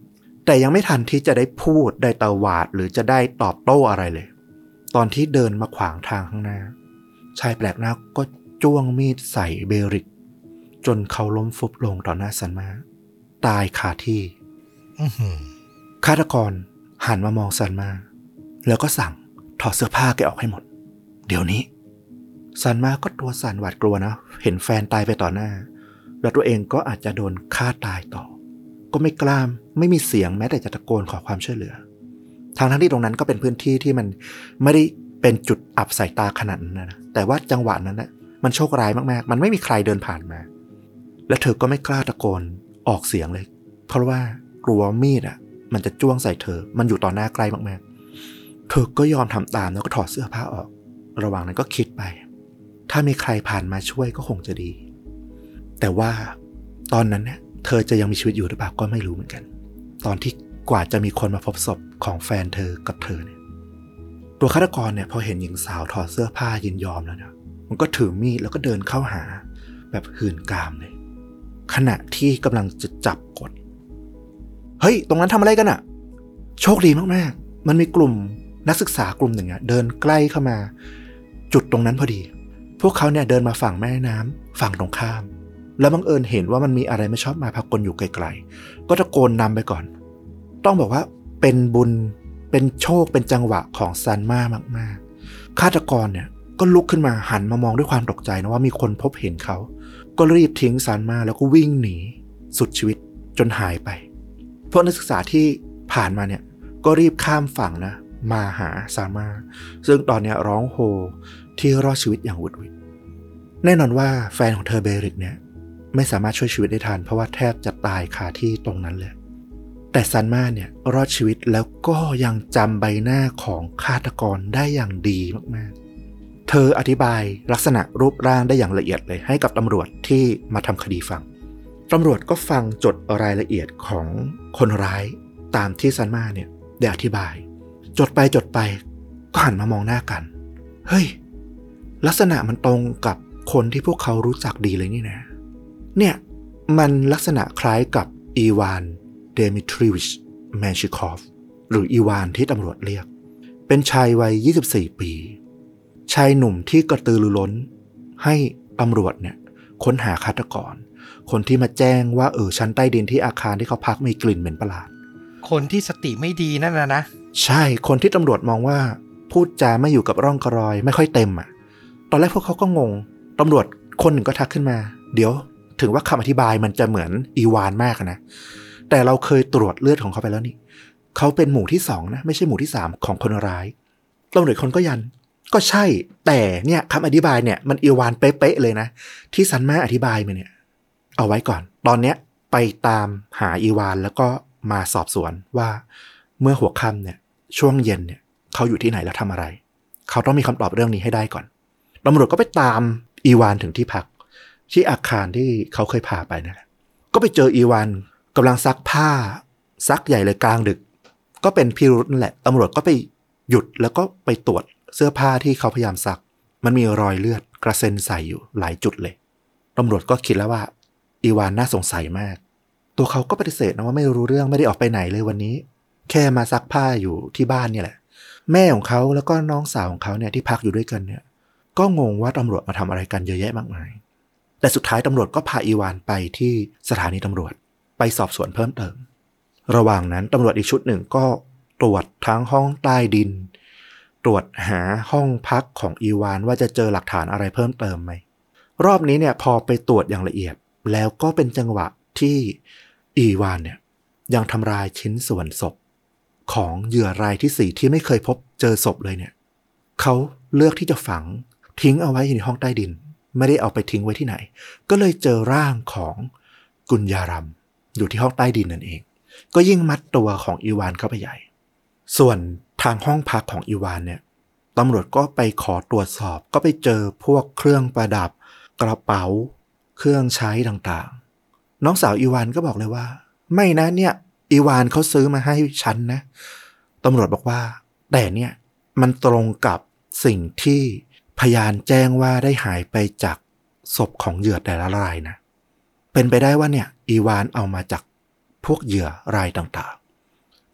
แต่ยังไม่ทันที่จะได้พูดได้ตวาดหรือจะได้ตอบโต้อะไรเลยตอนที่เดินมาขวางทางข้างหน้าชายแปลกหน้าก็จ้วงมีดใส่เบริกจนเขาล้มฟุบลงต่อหน้าซันมาตายคาที่ฆาตกรหันมามองซันมาแล้วก็สั่งถอดเสื้อผ้าแกออกให้หมดเดี๋ยวนี้ซันมาก็ตัวสั่นหวาดกลัวนะเห็นแฟนตายไปต่อหน้าแล้วตัวเองก็อาจจะโดนฆ่าตายต่อก็ไม่กล้าไม่มีเสียงแม้แต่จะตะโกนขอความช่วยเหลือทางที่ตรงนั้นก็เป็นพื้นที่ที่มันไม่ได้เป็นจุดอับสายตาขนาดนั้นนะแต่ว่าจังหวะนั้นนะมันโชคร้ายมากๆมันไม่มีใครเดินผ่านมาและเธอก็ไม่กล้าตะโกนออกเสียงเลยเพราะว่ากลัวมีดมันจะจ้วงใส่เธอมันอยู่ต่อหน้าใกล้มากๆเธอก็ยอมทำตามแล้วก็ถอดเสื้อผ้าออกระหว่างนั้นก็คิดไปถ้ามีใครผ่านมาช่วยก็คงจะดีแต่ว่าตอนนั้นเนี่ยเธอจะยังมีชีวิตอยู่หรือเปล่าก็ไม่รู้เหมือนกันตอนที่กว่าจะมีคนมาพบศพของแฟนเธอกับเธอเนี่ยตัวฆาตกรเนี่ยพอเห็นหญิงสาวถอดเสื้อผ้ายินยอมแล้วเนี่ยมันก็ถือมีดแล้วก็เดินเข้าหาแบบหื่นกามเลยขณะที่กำลังจะจับกดเฮ้ยตรงนั้นทำอะไรกันอะโชคดีมากๆมันมีกลุ่มนักศึกษากลุ่มหนึ่งเดินใกล้เข้ามาจุดตรงนั้นพอดีพวกเขาเนี่ยเดินมาฝั่งแม่น้ำฝั่งตรงข้ามแล้วบังเอิญเห็นว่ามันมีอะไรไม่ชอบมาพากลอยู่ไกลๆก็ตะโกนนำไปก่อนต้องบอกว่าเป็นบุญเป็นโชคเป็นจังหวะของซันมามากๆฆาตกรเนี่ยก็ลุกขึ้นมาหันมามองด้วยความตกใจนะว่ามีคนพบเห็นเขาก็รีบทิ้งซันมาแล้วก็วิ่งหนีสุดชีวิตจนหายไปพวกนักศึกษาที่ผ่านมาเนี่ยก็รีบข้ามฝั่งนะมาหาซันมาซึ่งตอนนี้ร้องโฮที่รอดชีวิตอย่างหวุดหวิดแน่นอนว่าแฟนของเธอเบริกเนี่ยไม่สามารถช่วยชีวิตได้ทันเพราะว่าแทบจะตายคาที่ตรงนั้นเลยแต่ซันมาเนี่ยรอดชีวิตแล้วก็ยังจำใบหน้าของฆาตกรได้อย่างดีมากๆเธออธิบายลักษณะรูปร่างได้อย่างละเอียดเลยให้กับตำรวจที่มาทำคดีฟังตำรวจก็ฟังจดรายละเอียดของคนร้ายตามที่ซันมาเนี่ยได้อธิบายจดไปก็หันมามองหน้ากันเฮ้ยลักษณะมันตรงกับคนที่พวกเขารู้จักดีเลยนี่นะเนี่ยมันลักษณะคล้ายกับอีวานเดมิทรีวิชแมนชิคอฟหรืออีวานที่ตำรวจเรียกเป็นชายวัย24 ปีชายหนุ่มที่กระตือรือร้นให้ตำรวจเนี่ยค้นหาฆาตกรคนที่มาแจ้งว่าชั้นใต้ดินที่อาคารที่เขาพักมีกลิ่นเหม็นประหลาดคนที่สติไม่ดีนั่นนะใช่คนที่ตำรวจมองว่าพูดจาไม่อยู่กับร่องกรอยไม่ค่อยเต็มตอนแรกพวกเขาก็งงตำรวจคนหนึ่งก็ทักขึ้นมาเดี๋ยวถึงว่าคำอธิบายมันจะเหมือนอีวานมากนะแต่เราเคยตรวจเลือดของเขาไปแล้วนี่เขาเป็นหมู่ที่2นะไม่ใช่หมู่ที่3ของคนร้ายตำรวจคนก็ยันก็ใช่แต่เนี่ยคำอธิบายเนี่ยมันอีวานเป๊ะๆเลยนะที่ซันมาอธิบายมาเนี่ยเอาไว้ก่อนตอนเนี้ยไปตามหาอีวานแล้วก็มาสอบสวนว่าเมื่อหัวค่ำเนี่ยช่วงเย็นเนี่ยเขาอยู่ที่ไหนแล้วทำอะไรเขาต้องมีคำตอบเรื่องนี้ให้ได้ก่อนตำรวจก็ไปตามอีวานถึงที่พักที่อาคารที่เขาเคยพาไปนั่นแหละก็ไปเจออีวานกำลังซักผ้าซักใหญ่เลยกลางดึกก็เป็นพิรุธนั่นแหละตำรวจก็ไปหยุดแล้วก็ไปตรวจเสื้อผ้าที่เขาพยายามซักมันมีรอยเลือดกระเซ็นใส่อยู่หลายจุดเลยตำรวจก็คิดแล้วว่าอีวานน่าสงสัยมากตัวเขาก็ปฏิเสธนะว่าไม่รู้เรื่องไม่ได้ออกไปไหนเลยวันนี้แค่มาซักผ้าอยู่ที่บ้านเนี่ยแหละแม่ของเขาแล้วก็น้องสาวของเขาเนี่ยที่พักอยู่ด้วยกันเนี่ยก็งงว่าตำรวจมาทำอะไรกันเยอะแยะมากมายแต่สุดท้ายตำรวจก็พาอีวานไปที่สถานีตำรวจไปสอบสวนเพิ่มเติมระหว่างนั้นตำรวจอีกชุดหนึ่งก็ตรวจทั้งห้องใต้ดินตรวจหาห้องพักของอีวานว่าจะเจอหลักฐานอะไรเพิ่มเติมไหมรอบนี้เนี่ยพอไปตรวจอย่างละเอียดแล้วก็เป็นจังหวะที่อีวานเนี่ยยังทำลายชิ้นส่วนศพของเหยื่อรายที่4ที่ไม่เคยพบเจอศพเลยเนี่ยเขาเลือกที่จะฝังทิ้งเอาไว้ในห้องใต้ดินไม่ได้เอาไปทิ้งไว้ที่ไหนก็เลยเจอร่างของกุญญารัมอยู่ที่ห้องใต้ดินนั่นเองก็ยิ่งมัดตัวของอีวานเข้าไปใหญ่ส่วนทางห้องพักของอีวานเนี่ยตำรวจก็ไปขอตรวจสอบก็ไปเจอพวกเครื่องประดับกระเป๋าเครื่องใช้ต่างๆน้องสาวอีวานก็บอกเลยว่าไม่นะเนี่ยอีวานเขาซื้อมาให้ฉันนะตำรวจบอกว่าแต่เนี่ยมันตรงกับสิ่งที่พยานแจ้งว่าได้หายไปจากศพของเหยื่อแต่ละรายนะเป็นไปได้ว่าเนี่ยอีวานเอามาจากพวกเหยื่อรายต่าง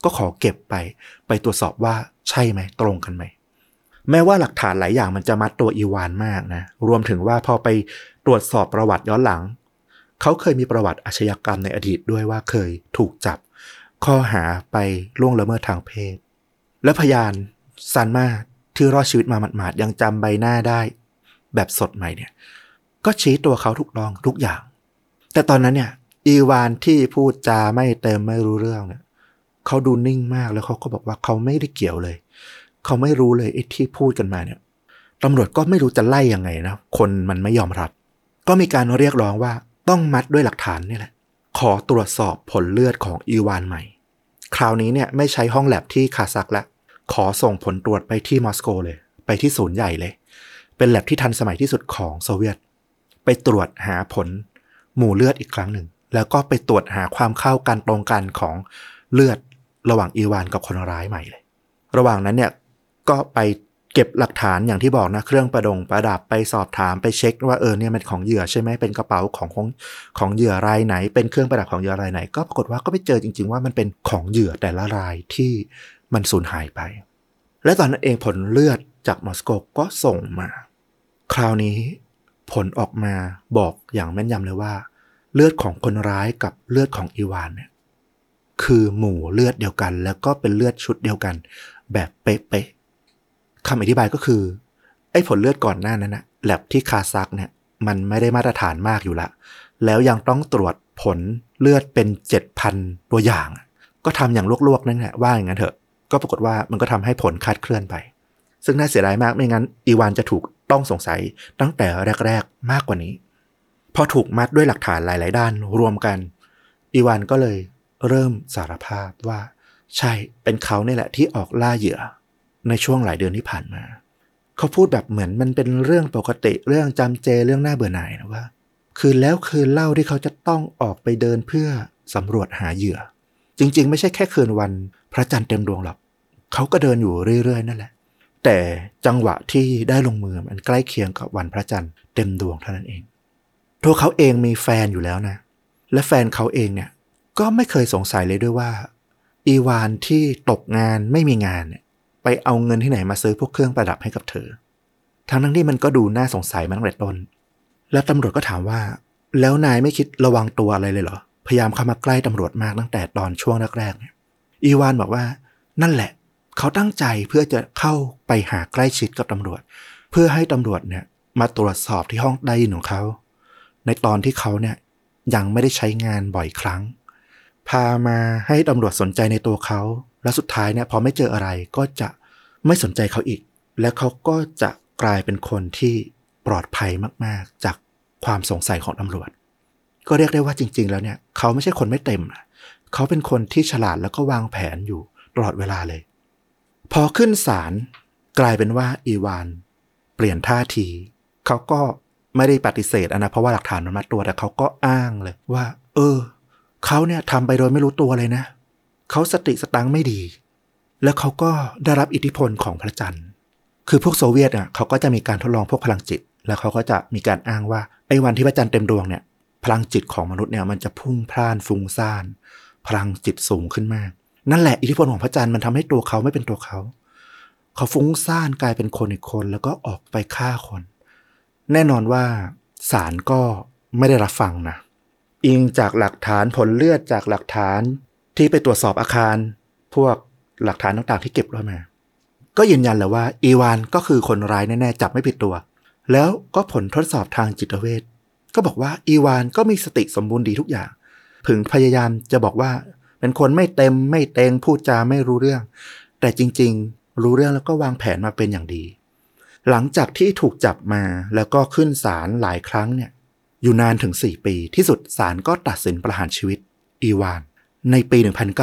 ก็ขอเก็บไปตรวจสอบว่าใช่ไหมตรงกันไหมแม้ว่าหลักฐานหลายอย่างมันจะมัดตัวอีวานมากนะรวมถึงว่าพอไปตรวจสอบประวัติย้อนหลังเขาเคยมีประวัติอาชญากรรมในอดีตด้วยว่าเคยถูกจับข้อหาไปล่วงละเมิดทางเพศและพยานซันมาที่รอดชีวิตมาหมาดๆยังจำใบหน้าได้แบบสดใหม่เนี่ยก็ชี้ตัวเขาถูกต้องทุกอย่างแต่ตอนนั้นเนี่ยอีวานที่พูดจาไม่เต็มไม่รู้เรื่องเนี่ยเขาดูนิ่งมากแล้วเขาก็บอกว่าเขาไม่ได้เกี่ยวเลยเขาไม่รู้เลยไอ้ที่พูดกันมาเนี่ยตำรวจก็ไม่รู้จะไล่ยังไงนะคนมันไม่ยอมรับก็มีการเรียกร้องว่าต้องมัดด้วยหลักฐานนี่แหละขอตรวจสอบผลเลือดของอีวานใหม่คราวนี้เนี่ยไม่ใช้ห้องแลบที่คาซัคละขอส่งผลตรวจไปที่มอสโกเลยไปที่ศูนย์ใหญ่เลยเป็นแลบที่ทันสมัยที่สุดของโซเวียตไปตรวจหาผลหมู่เลือดอีกครั้งหนึ่งแล้วก็ไปตรวจหาความเข้ากันตรงกันของเลือดระหว่างอีวานกับคนร้ายใหม่เลยระหว่างนั้นเนี่ยก็ไปเก็บหลักฐานอย่างที่บอกนะเครื่องประดับไปสอบถามไปเช็คว่าเนี่ยมันของเหยื่อใช่ไหมเป็นกระเป๋าของเหยื่อรายไหนเป็นเครื่องประดับของเหยื่อรายไหนก็ปรากฏว่าก็ไปเจอจริงๆว่ามันเป็นของเหยื่อแต่ละรายที่มันสูญหายไปและตอนนั้นเองผลเลือดจากมอสโกก็ส่งมาคราวนี้ผลออกมาบอกอย่างแม่นยำเลยว่าเลือดของคนร้ายกับเลือดของอีวานเนี่ยคือหมู่เลือดเดียวกันแล้วก็เป็นเลือดชุดเดียวกันแบบเป๊ะๆคำอธิบายก็คือไอ้ผลเลือดก่อนหน้านั้นนะแลบที่คาซัคเนี่ยมันไม่ได้มาตรฐานมากอยู่ละแล้วยังต้องตรวจผลเลือดเป็น 7,000 ตัวอย่างก็ทำอย่างลวกๆนั่นแหละว่าอย่างนั้นเถอะก็ปรากฏว่ามันก็ทำให้ผลคลาดเคลื่อนไปซึ่งน่าเสียดายมากไม่งั้นอีวานจะถูกต้องสงสัยตั้งแต่แรกๆมากกว่านี้พอถูกมัดด้วยหลักฐานหลายๆด้านรวมกันอีวานก็เลยเริ่มสารภาพว่าใช่เป็นเขาเนี่ยแหละที่ออกล่าเหยื่อในช่วงหลายเดือนที่ผ่านมาเขาพูดแบบเหมือนมันเป็นเรื่องปกติเรื่องจำเจเรื่องน่าเบื่อหน่ายนะว่าคืนแล้วคืนเล่าที่เขาจะต้องออกไปเดินเพื่อสำรวจหาเหยื่อจริงๆไม่ใช่แค่คืนวันพระจันทร์เต็มดวงหรอกเขาก็เดินอยู่เรื่อยๆนั่นแหละแต่จังหวะที่ได้ลงมือมันใกล้เคียงกับวันพระจันทร์เต็มดวงเท่านั้นเองตัวเขาเองมีแฟนอยู่แล้วนะและแฟนเขาเองเนี่ยก็ไม่เคยสงสัยเลยด้วยว่าอีวานที่ตกงานไม่มีงานเนี่ยไปเอาเงินที่ไหนมาซื้อพวกเครื่องประดับให้กับเธอทั้งที่มันก็ดูน่าสงสัยมาตั้งแต่ต้นแล้วตำรวจก็ถามว่าแล้วนายไม่คิดระวังตัวอะไรเลยเหรอพยายามเข้ามาใกล้ตำรวจมากตั้งแต่ตอนช่วงแรกๆเนี่ยอีวานบอกว่านั่นแหละเขาตั้งใจเพื่อจะเข้าไปหาใกล้ชิดกับตำรวจเพื่อให้ตำรวจเนี่ยมาตรวจสอบที่ห้องใต้ดินของเขาในตอนที่เขาเนี่ยยังไม่ได้ใช้งานบ่อยครั้งพามาให้ตำรวจสนใจในตัวเขาและสุดท้ายเนี่ยพอไม่เจออะไรก็จะไม่สนใจเขาอีกและเขาก็จะกลายเป็นคนที่ปลอดภัยมากๆจากความสงสัยของตำรวจก็เรียกได้ว่าจริงๆแล้วเนี่ยเขาไม่ใช่คนไม่เต็มเขาเป็นคนที่ฉลาดแล้วก็วางแผนอยู่ตลอดเวลาเลยพอขึ้นศาลกลายเป็นว่าอีวานเปลี่ยนท่าทีเขาก็ไม่ได้ปฏิเสธนะเพราะว่าหลักฐานมันมัดตัวแต่เขาก็อ้างเลยว่าเขาเนี่ยทำไปโดยไม่รู้ตัวเลยนะเขาสติสตังค์ไม่ดีแล้วเขาก็ได้รับอิทธิพลของพระจันทร์คือพวกโซเวียตเขาก็จะมีการทดลองพวกพลังจิตแล้วเขาก็จะมีการอ้างว่าไอ้วันที่พระจันทร์เต็มดวงเนี่ยพลังจิตของมนุษย์เนี่ยมันจะพุ่งพล่านฟุ้งซ่านพลังจิตสูงขึ้นมากนั่นแหละอิทธิพลของพระจันทร์มันทำให้ตัวเขาไม่เป็นตัวเขาฟุ้งซ่านกลายเป็นคนอีกคนแล้วก็ออกไปฆ่าคนแน่นอนว่าศาลก็ไม่ได้รับฟังนะอิงจากหลักฐานผลเลือดจากหลักฐานที่ไปตรวจสอบอาคารพวกหลักฐานต่างๆที่เก็บไว้มาก็ยืนยันแล้วว่าอีวานก็คือคนร้ายแน่ๆจับไม่ผิดตัวแล้วก็ผลทดสอบทางจิตเวชก็บอกว่าอีวานก็มีสติสมบูรณ์ดีทุกอย่างถึงพยายามจะบอกว่าเป็นคนไม่เต็มไม่เต็งพูดจาไม่รู้เรื่องแต่จริงๆรู้เรื่องแล้วก็วางแผนมาเป็นอย่างดีหลังจากที่ถูกจับมาแล้วก็ขึ้นศาลหลายครั้งเนี่ยอยู่นานถึง4 ปีที่สุดศาลก็ตัดสินประหารชีวิตอีวานในปี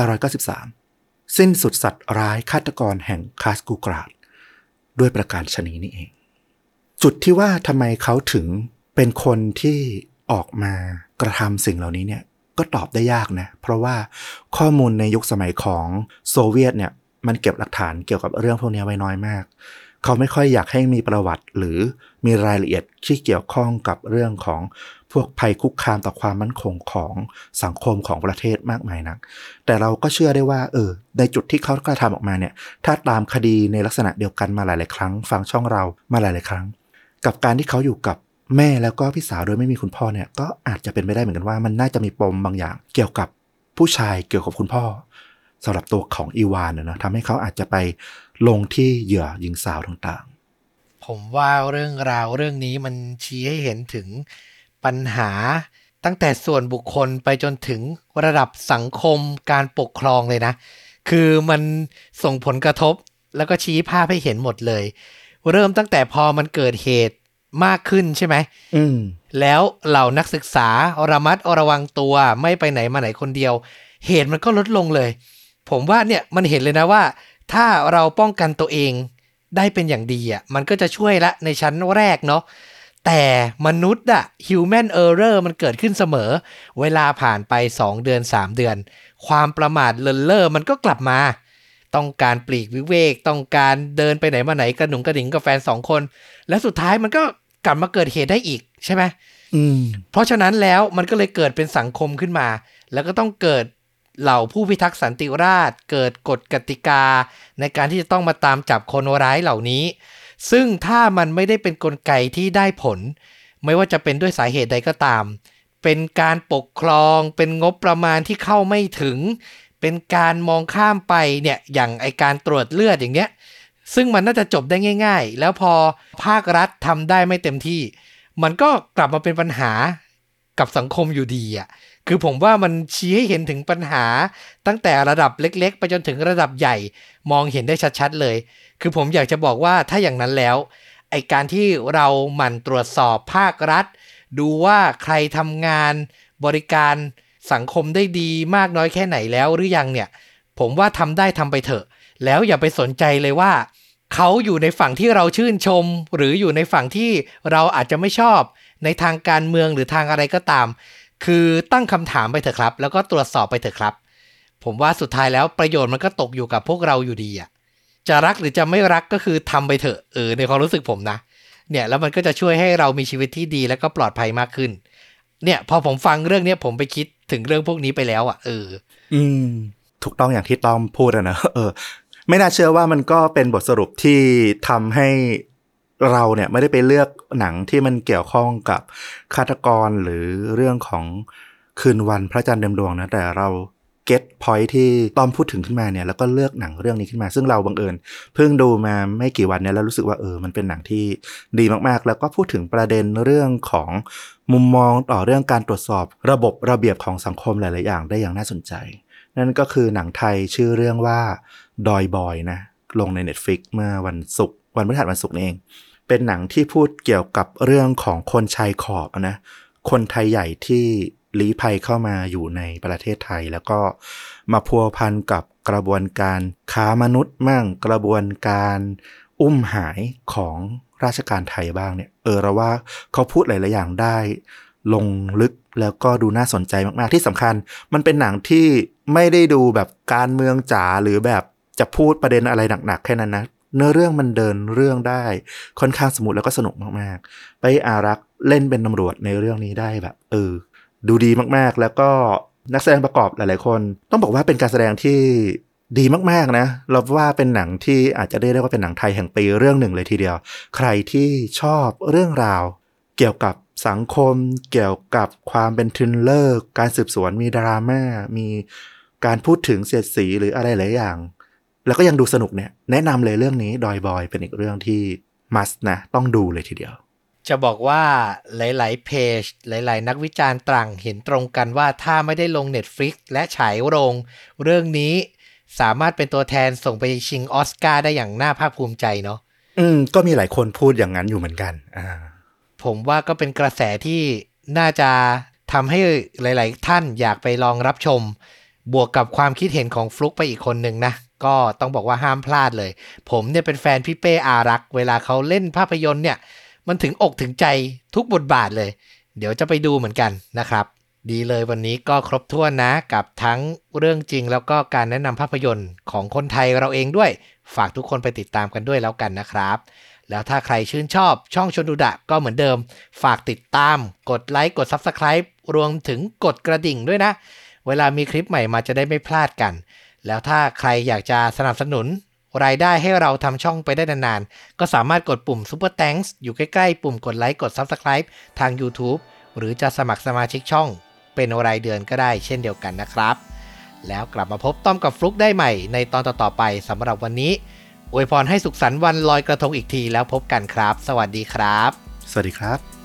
1993 สิ้นสุดสัตว์ร้ายฆาตกรแห่งคาสกูกราดด้วยประการฉะนี้นี่เองจุดที่ว่าทำไมเขาถึงเป็นคนที่ออกมากระทำสิ่งเหล่านี้เนี่ยก็ตอบได้ยากนะเพราะว่าข้อมูลในยุคสมัยของโซเวียตเนี่ยมันเก็บหลักฐานเกี่ยวกับเรื่องพวกนี้ไว้น้อยมากเขาไม่ค่อยอยากให้มีประวัติหรือมีรายละเอียดที่เกี่ยวข้องกับเรื่องของพวกภัยคุกคามต่อความมั่นคงของสังคมของประเทศมากมายนักแต่เราก็เชื่อได้ว่าในจุดที่เขากระทำออกมาเนี่ยถ้าตามคดีในลักษณะเดียวกันมาหลายๆครั้งฟังช่องเรามาหลายๆครั้งกับการที่เขาอยู่กับแม่แล้วก็พี่สาวโดยไม่มีคุณพ่อเนี่ยก็อาจจะเป็นไปได้เหมือนกันว่ามันน่าจะมีปมบางอย่างเกี่ยวกับผู้ชายเกี่ยวกับคุณพ่อสำหรับตัวของอีวานนะทำให้เขาอาจจะไปลงที่เหยื่อหญิงสาวต่างๆผมว่าเรื่องราวเรื่องนี้มันชี้ให้เห็นถึงปัญหาตั้งแต่ส่วนบุคคลไปจนถึงระดับสังคมการปกครองเลยนะคือมันส่งผลกระทบแล้วก็ชี้ภาพให้เห็นหมดเลยเริ่มตั้งแต่พอมันเกิดเหตุมากขึ้นใช่ไหมแล้วเหล่านักศึกษาระมัดระวังตัวไม่ไปไหนมาไหนคนเดียวเหตุมันก็ลดลงเลยผมว่าเนี่ยมันเห็นเลยนะว่าถ้าเราป้องกันตัวเองได้เป็นอย่างดีอ่ะมันก็จะช่วยละในชั้นแรกเนาะแต่มนุษย์อะ human error มันเกิดขึ้นเสมอเวลาผ่านไป2 เดือน3 เดือนความประมาทเลินเล่อมันก็กลับมาต้องการปลีกวิเวกต้องการเดินไปไหนมาไหนกระหนุงกระดิ่งกับแฟน2 คนแล้วสุดท้ายมันก็กลับมาเกิดเหตุได้อีกใช่ไหมเพราะฉะนั้นแล้วมันก็เลยเกิดเป็นสังคมขึ้นมาแล้วก็ต้องเกิดเหล่าผู้พิทักษ์สันติราษฎร์เกิดกฎกติกาในการที่จะต้องมาตามจับคนร้ายเหล่านี้ซึ่งถ้ามันไม่ได้เป็นกลไกที่ได้ผลไม่ว่าจะเป็นด้วยสาเหตุใดก็ตามเป็นการปกครองเป็นงบประมาณที่เข้าไม่ถึงเป็นการมองข้ามไปเนี่ยอย่างไอการตรวจเลือดอย่างเงี้ยซึ่งมันน่าจะจบได้ง่ายๆแล้วพอภาครัฐทำได้ไม่เต็มที่มันก็กลับมาเป็นปัญหากับสังคมอยู่ดีอ่ะคือผมว่ามันชี้ให้เห็นถึงปัญหาตั้งแต่ระดับเล็กๆไปจนถึงระดับใหญ่มองเห็นได้ชัดๆเลยคือผมอยากจะบอกว่าถ้าอย่างนั้นแล้วไอการที่เราหมั่นตรวจสอบภาครัฐดูว่าใครทำงานบริการสังคมได้ดีมากน้อยแค่ไหนแล้วหรือยังเนี่ยผมว่าทำได้ทำไปเถอะแล้วอย่าไปสนใจเลยว่าเขาอยู่ในฝั่งที่เราชื่นชมหรืออยู่ในฝั่งที่เราอาจจะไม่ชอบในทางการเมืองหรือทางอะไรก็ตามคือตั้งคำถามไปเถอะครับแล้วก็ตรวจสอบไปเถอะครับผมว่าสุดท้ายแล้วประโยชน์มันก็ตกอยู่กับพวกเราอยู่ดีอ่ะจะรักหรือจะไม่รักก็คือทำไปเถอะในความรู้สึกผมนะเนี่ยแล้วมันก็จะช่วยให้เรามีชีวิตที่ดีแล้วก็ปลอดภัยมากขึ้นเนี่ยพอผมฟังเรื่องนี้ผมไปคิดถึงเรื่องพวกนี้ไปแล้วอ่ะถูกต้องอย่างที่ต้อมพูดนะไม่น่าเชื่อว่ามันก็เป็นบทสรุปที่ทำให้เราเนี่ยไม่ได้ไปเลือกหนังที่มันเกี่ยวข้องกับฆาตกรหรือเรื่องของคืนวันพระจันทร์เต็มดวงนะแต่เราเก็ตพอยท์ที่ต้อมพูดถึงขึ้นมาเนี่ยแล้วก็เลือกหนังเรื่องนี้ขึ้นมาซึ่งเราบังเอิญเพิ่งดูมาไม่กี่วันเนี่ยแล้วรู้สึกว่ามันเป็นหนังที่ดีมากๆแล้วก็พูดถึงประเด็นเรื่องของมุมมองต่อเรื่องการตรวจสอบระบบระเบียบของสังคมหลายๆอย่างได้อย่างน่าสนใจนั่นก็คือหนังไทยชื่อเรื่องว่าดอยบอยนะลงใน Netflix เมื่อวันศุกร์วันพฤหัสวันศุกร์นี่เองเป็นหนังที่พูดเกี่ยวกับเรื่องของคนชายขอบนะคนไทยใหญ่ที่ลี้ภัยเข้ามาอยู่ในประเทศไทยแล้วก็มาพัวพันกับกระบวนการค้ามนุษย์มั่งกระบวนการอุ้มหายของราชการไทยบ้างเนี่ยเราว่าเขาพูดหลายๆอย่างได้ลงลึกแล้วก็ดูน่าสนใจมากๆที่สำคัญมันเป็นหนังที่ไม่ได้ดูแบบการเมืองจ๋าหรือแบบจะพูดประเด็นอะไรหนักๆแค่นั้นนะเนื้อเรื่องมันเดินเรื่องได้ค่อนข้างสมูทแล้วก็สนุกมากๆไปอารักษ์เล่นเป็นตำรวจในเรื่องนี้ได้แบบดูดีมากๆแล้วก็นักแสดงประกอบหลายๆคนต้องบอกว่าเป็นการแสดงที่ดีมากๆนะเราว่าเป็นหนังที่อาจจะได้เรียกว่าเป็นหนังไทยแห่งปีเรื่องหนึ่งเลยทีเดียวใครที่ชอบเรื่องราวเกี่ยวกับสังคมเกี่ยวกับความเป็นทริลเลอร์การสืบสวนมีดราม่ามีการพูดถึงเสียดสีหรืออะไรหลายอย่างแล้วก็ยังดูสนุกเนี่ยแนะนำเลยเรื่องนี้ดอยบอยเป็นอีกเรื่องที่ must นะต้องดูเลยทีเดียวจะบอกว่าหลายๆเพจหลายๆนักวิจารณ์ต่างเห็นตรงกันว่าถ้าไม่ได้ลง Netflix และฉายโรงเรื่องนี้สามารถเป็นตัวแทนส่งไปชิงออสการ์ได้อย่างน่าภาคภูมิใจเนาะก็มีหลายคนพูดอย่างนั้นอยู่เหมือนกันผมว่าก็เป็นกระแสที่น่าจะทำให้หลายๆท่านอยากไปลองรับชมบวกกับความคิดเห็นของฟลุกไปอีกคนหนึ่งนะก็ต้องบอกว่าห้ามพลาดเลยผมเนี่ยเป็นแฟนพี่เป้อารักษ์เวลาเขาเล่นภาพยนตร์เนี่ยมันถึงอกถึงใจทุกบทบาทเลยเดี๋ยวจะไปดูเหมือนกันนะครับดีเลยวันนี้ก็ครบถ้วนนะกับทั้งเรื่องจริงแล้วก็การแนะนำภาพยนตร์ของคนไทยเราเองด้วยฝากทุกคนไปติดตามกันด้วยแล้วกันนะครับแล้วถ้าใครชื่นชอบช่องชวนดูดะก็เหมือนเดิมฝากติดตามกดไลค์กด Subscribe รวมถึงกดกระดิ่งด้วยนะเวลามีคลิปใหม่มาจะได้ไม่พลาดกันแล้วถ้าใครอยากจะสนับสนุนรายได้ให้เราทำช่องไปได้นานๆก็สามารถกดปุ่ม Super Thanks อยู่ใกล้ๆปุ่มกดไลค์กด Subscribe ทาง YouTube หรือจะสมัครสมาชิกช่องเป็นรายเดือนก็ได้เช่นเดียวกันนะครับแล้วกลับมาพบต้อมกับฟลุกได้ใหม่ในตอนต่อๆไปสำหรับวันนี้อวยพรให้สุขสันต์วันลอยกระทงอีกทีแล้วพบกันครับสวัสดีครับสวัสดีครับ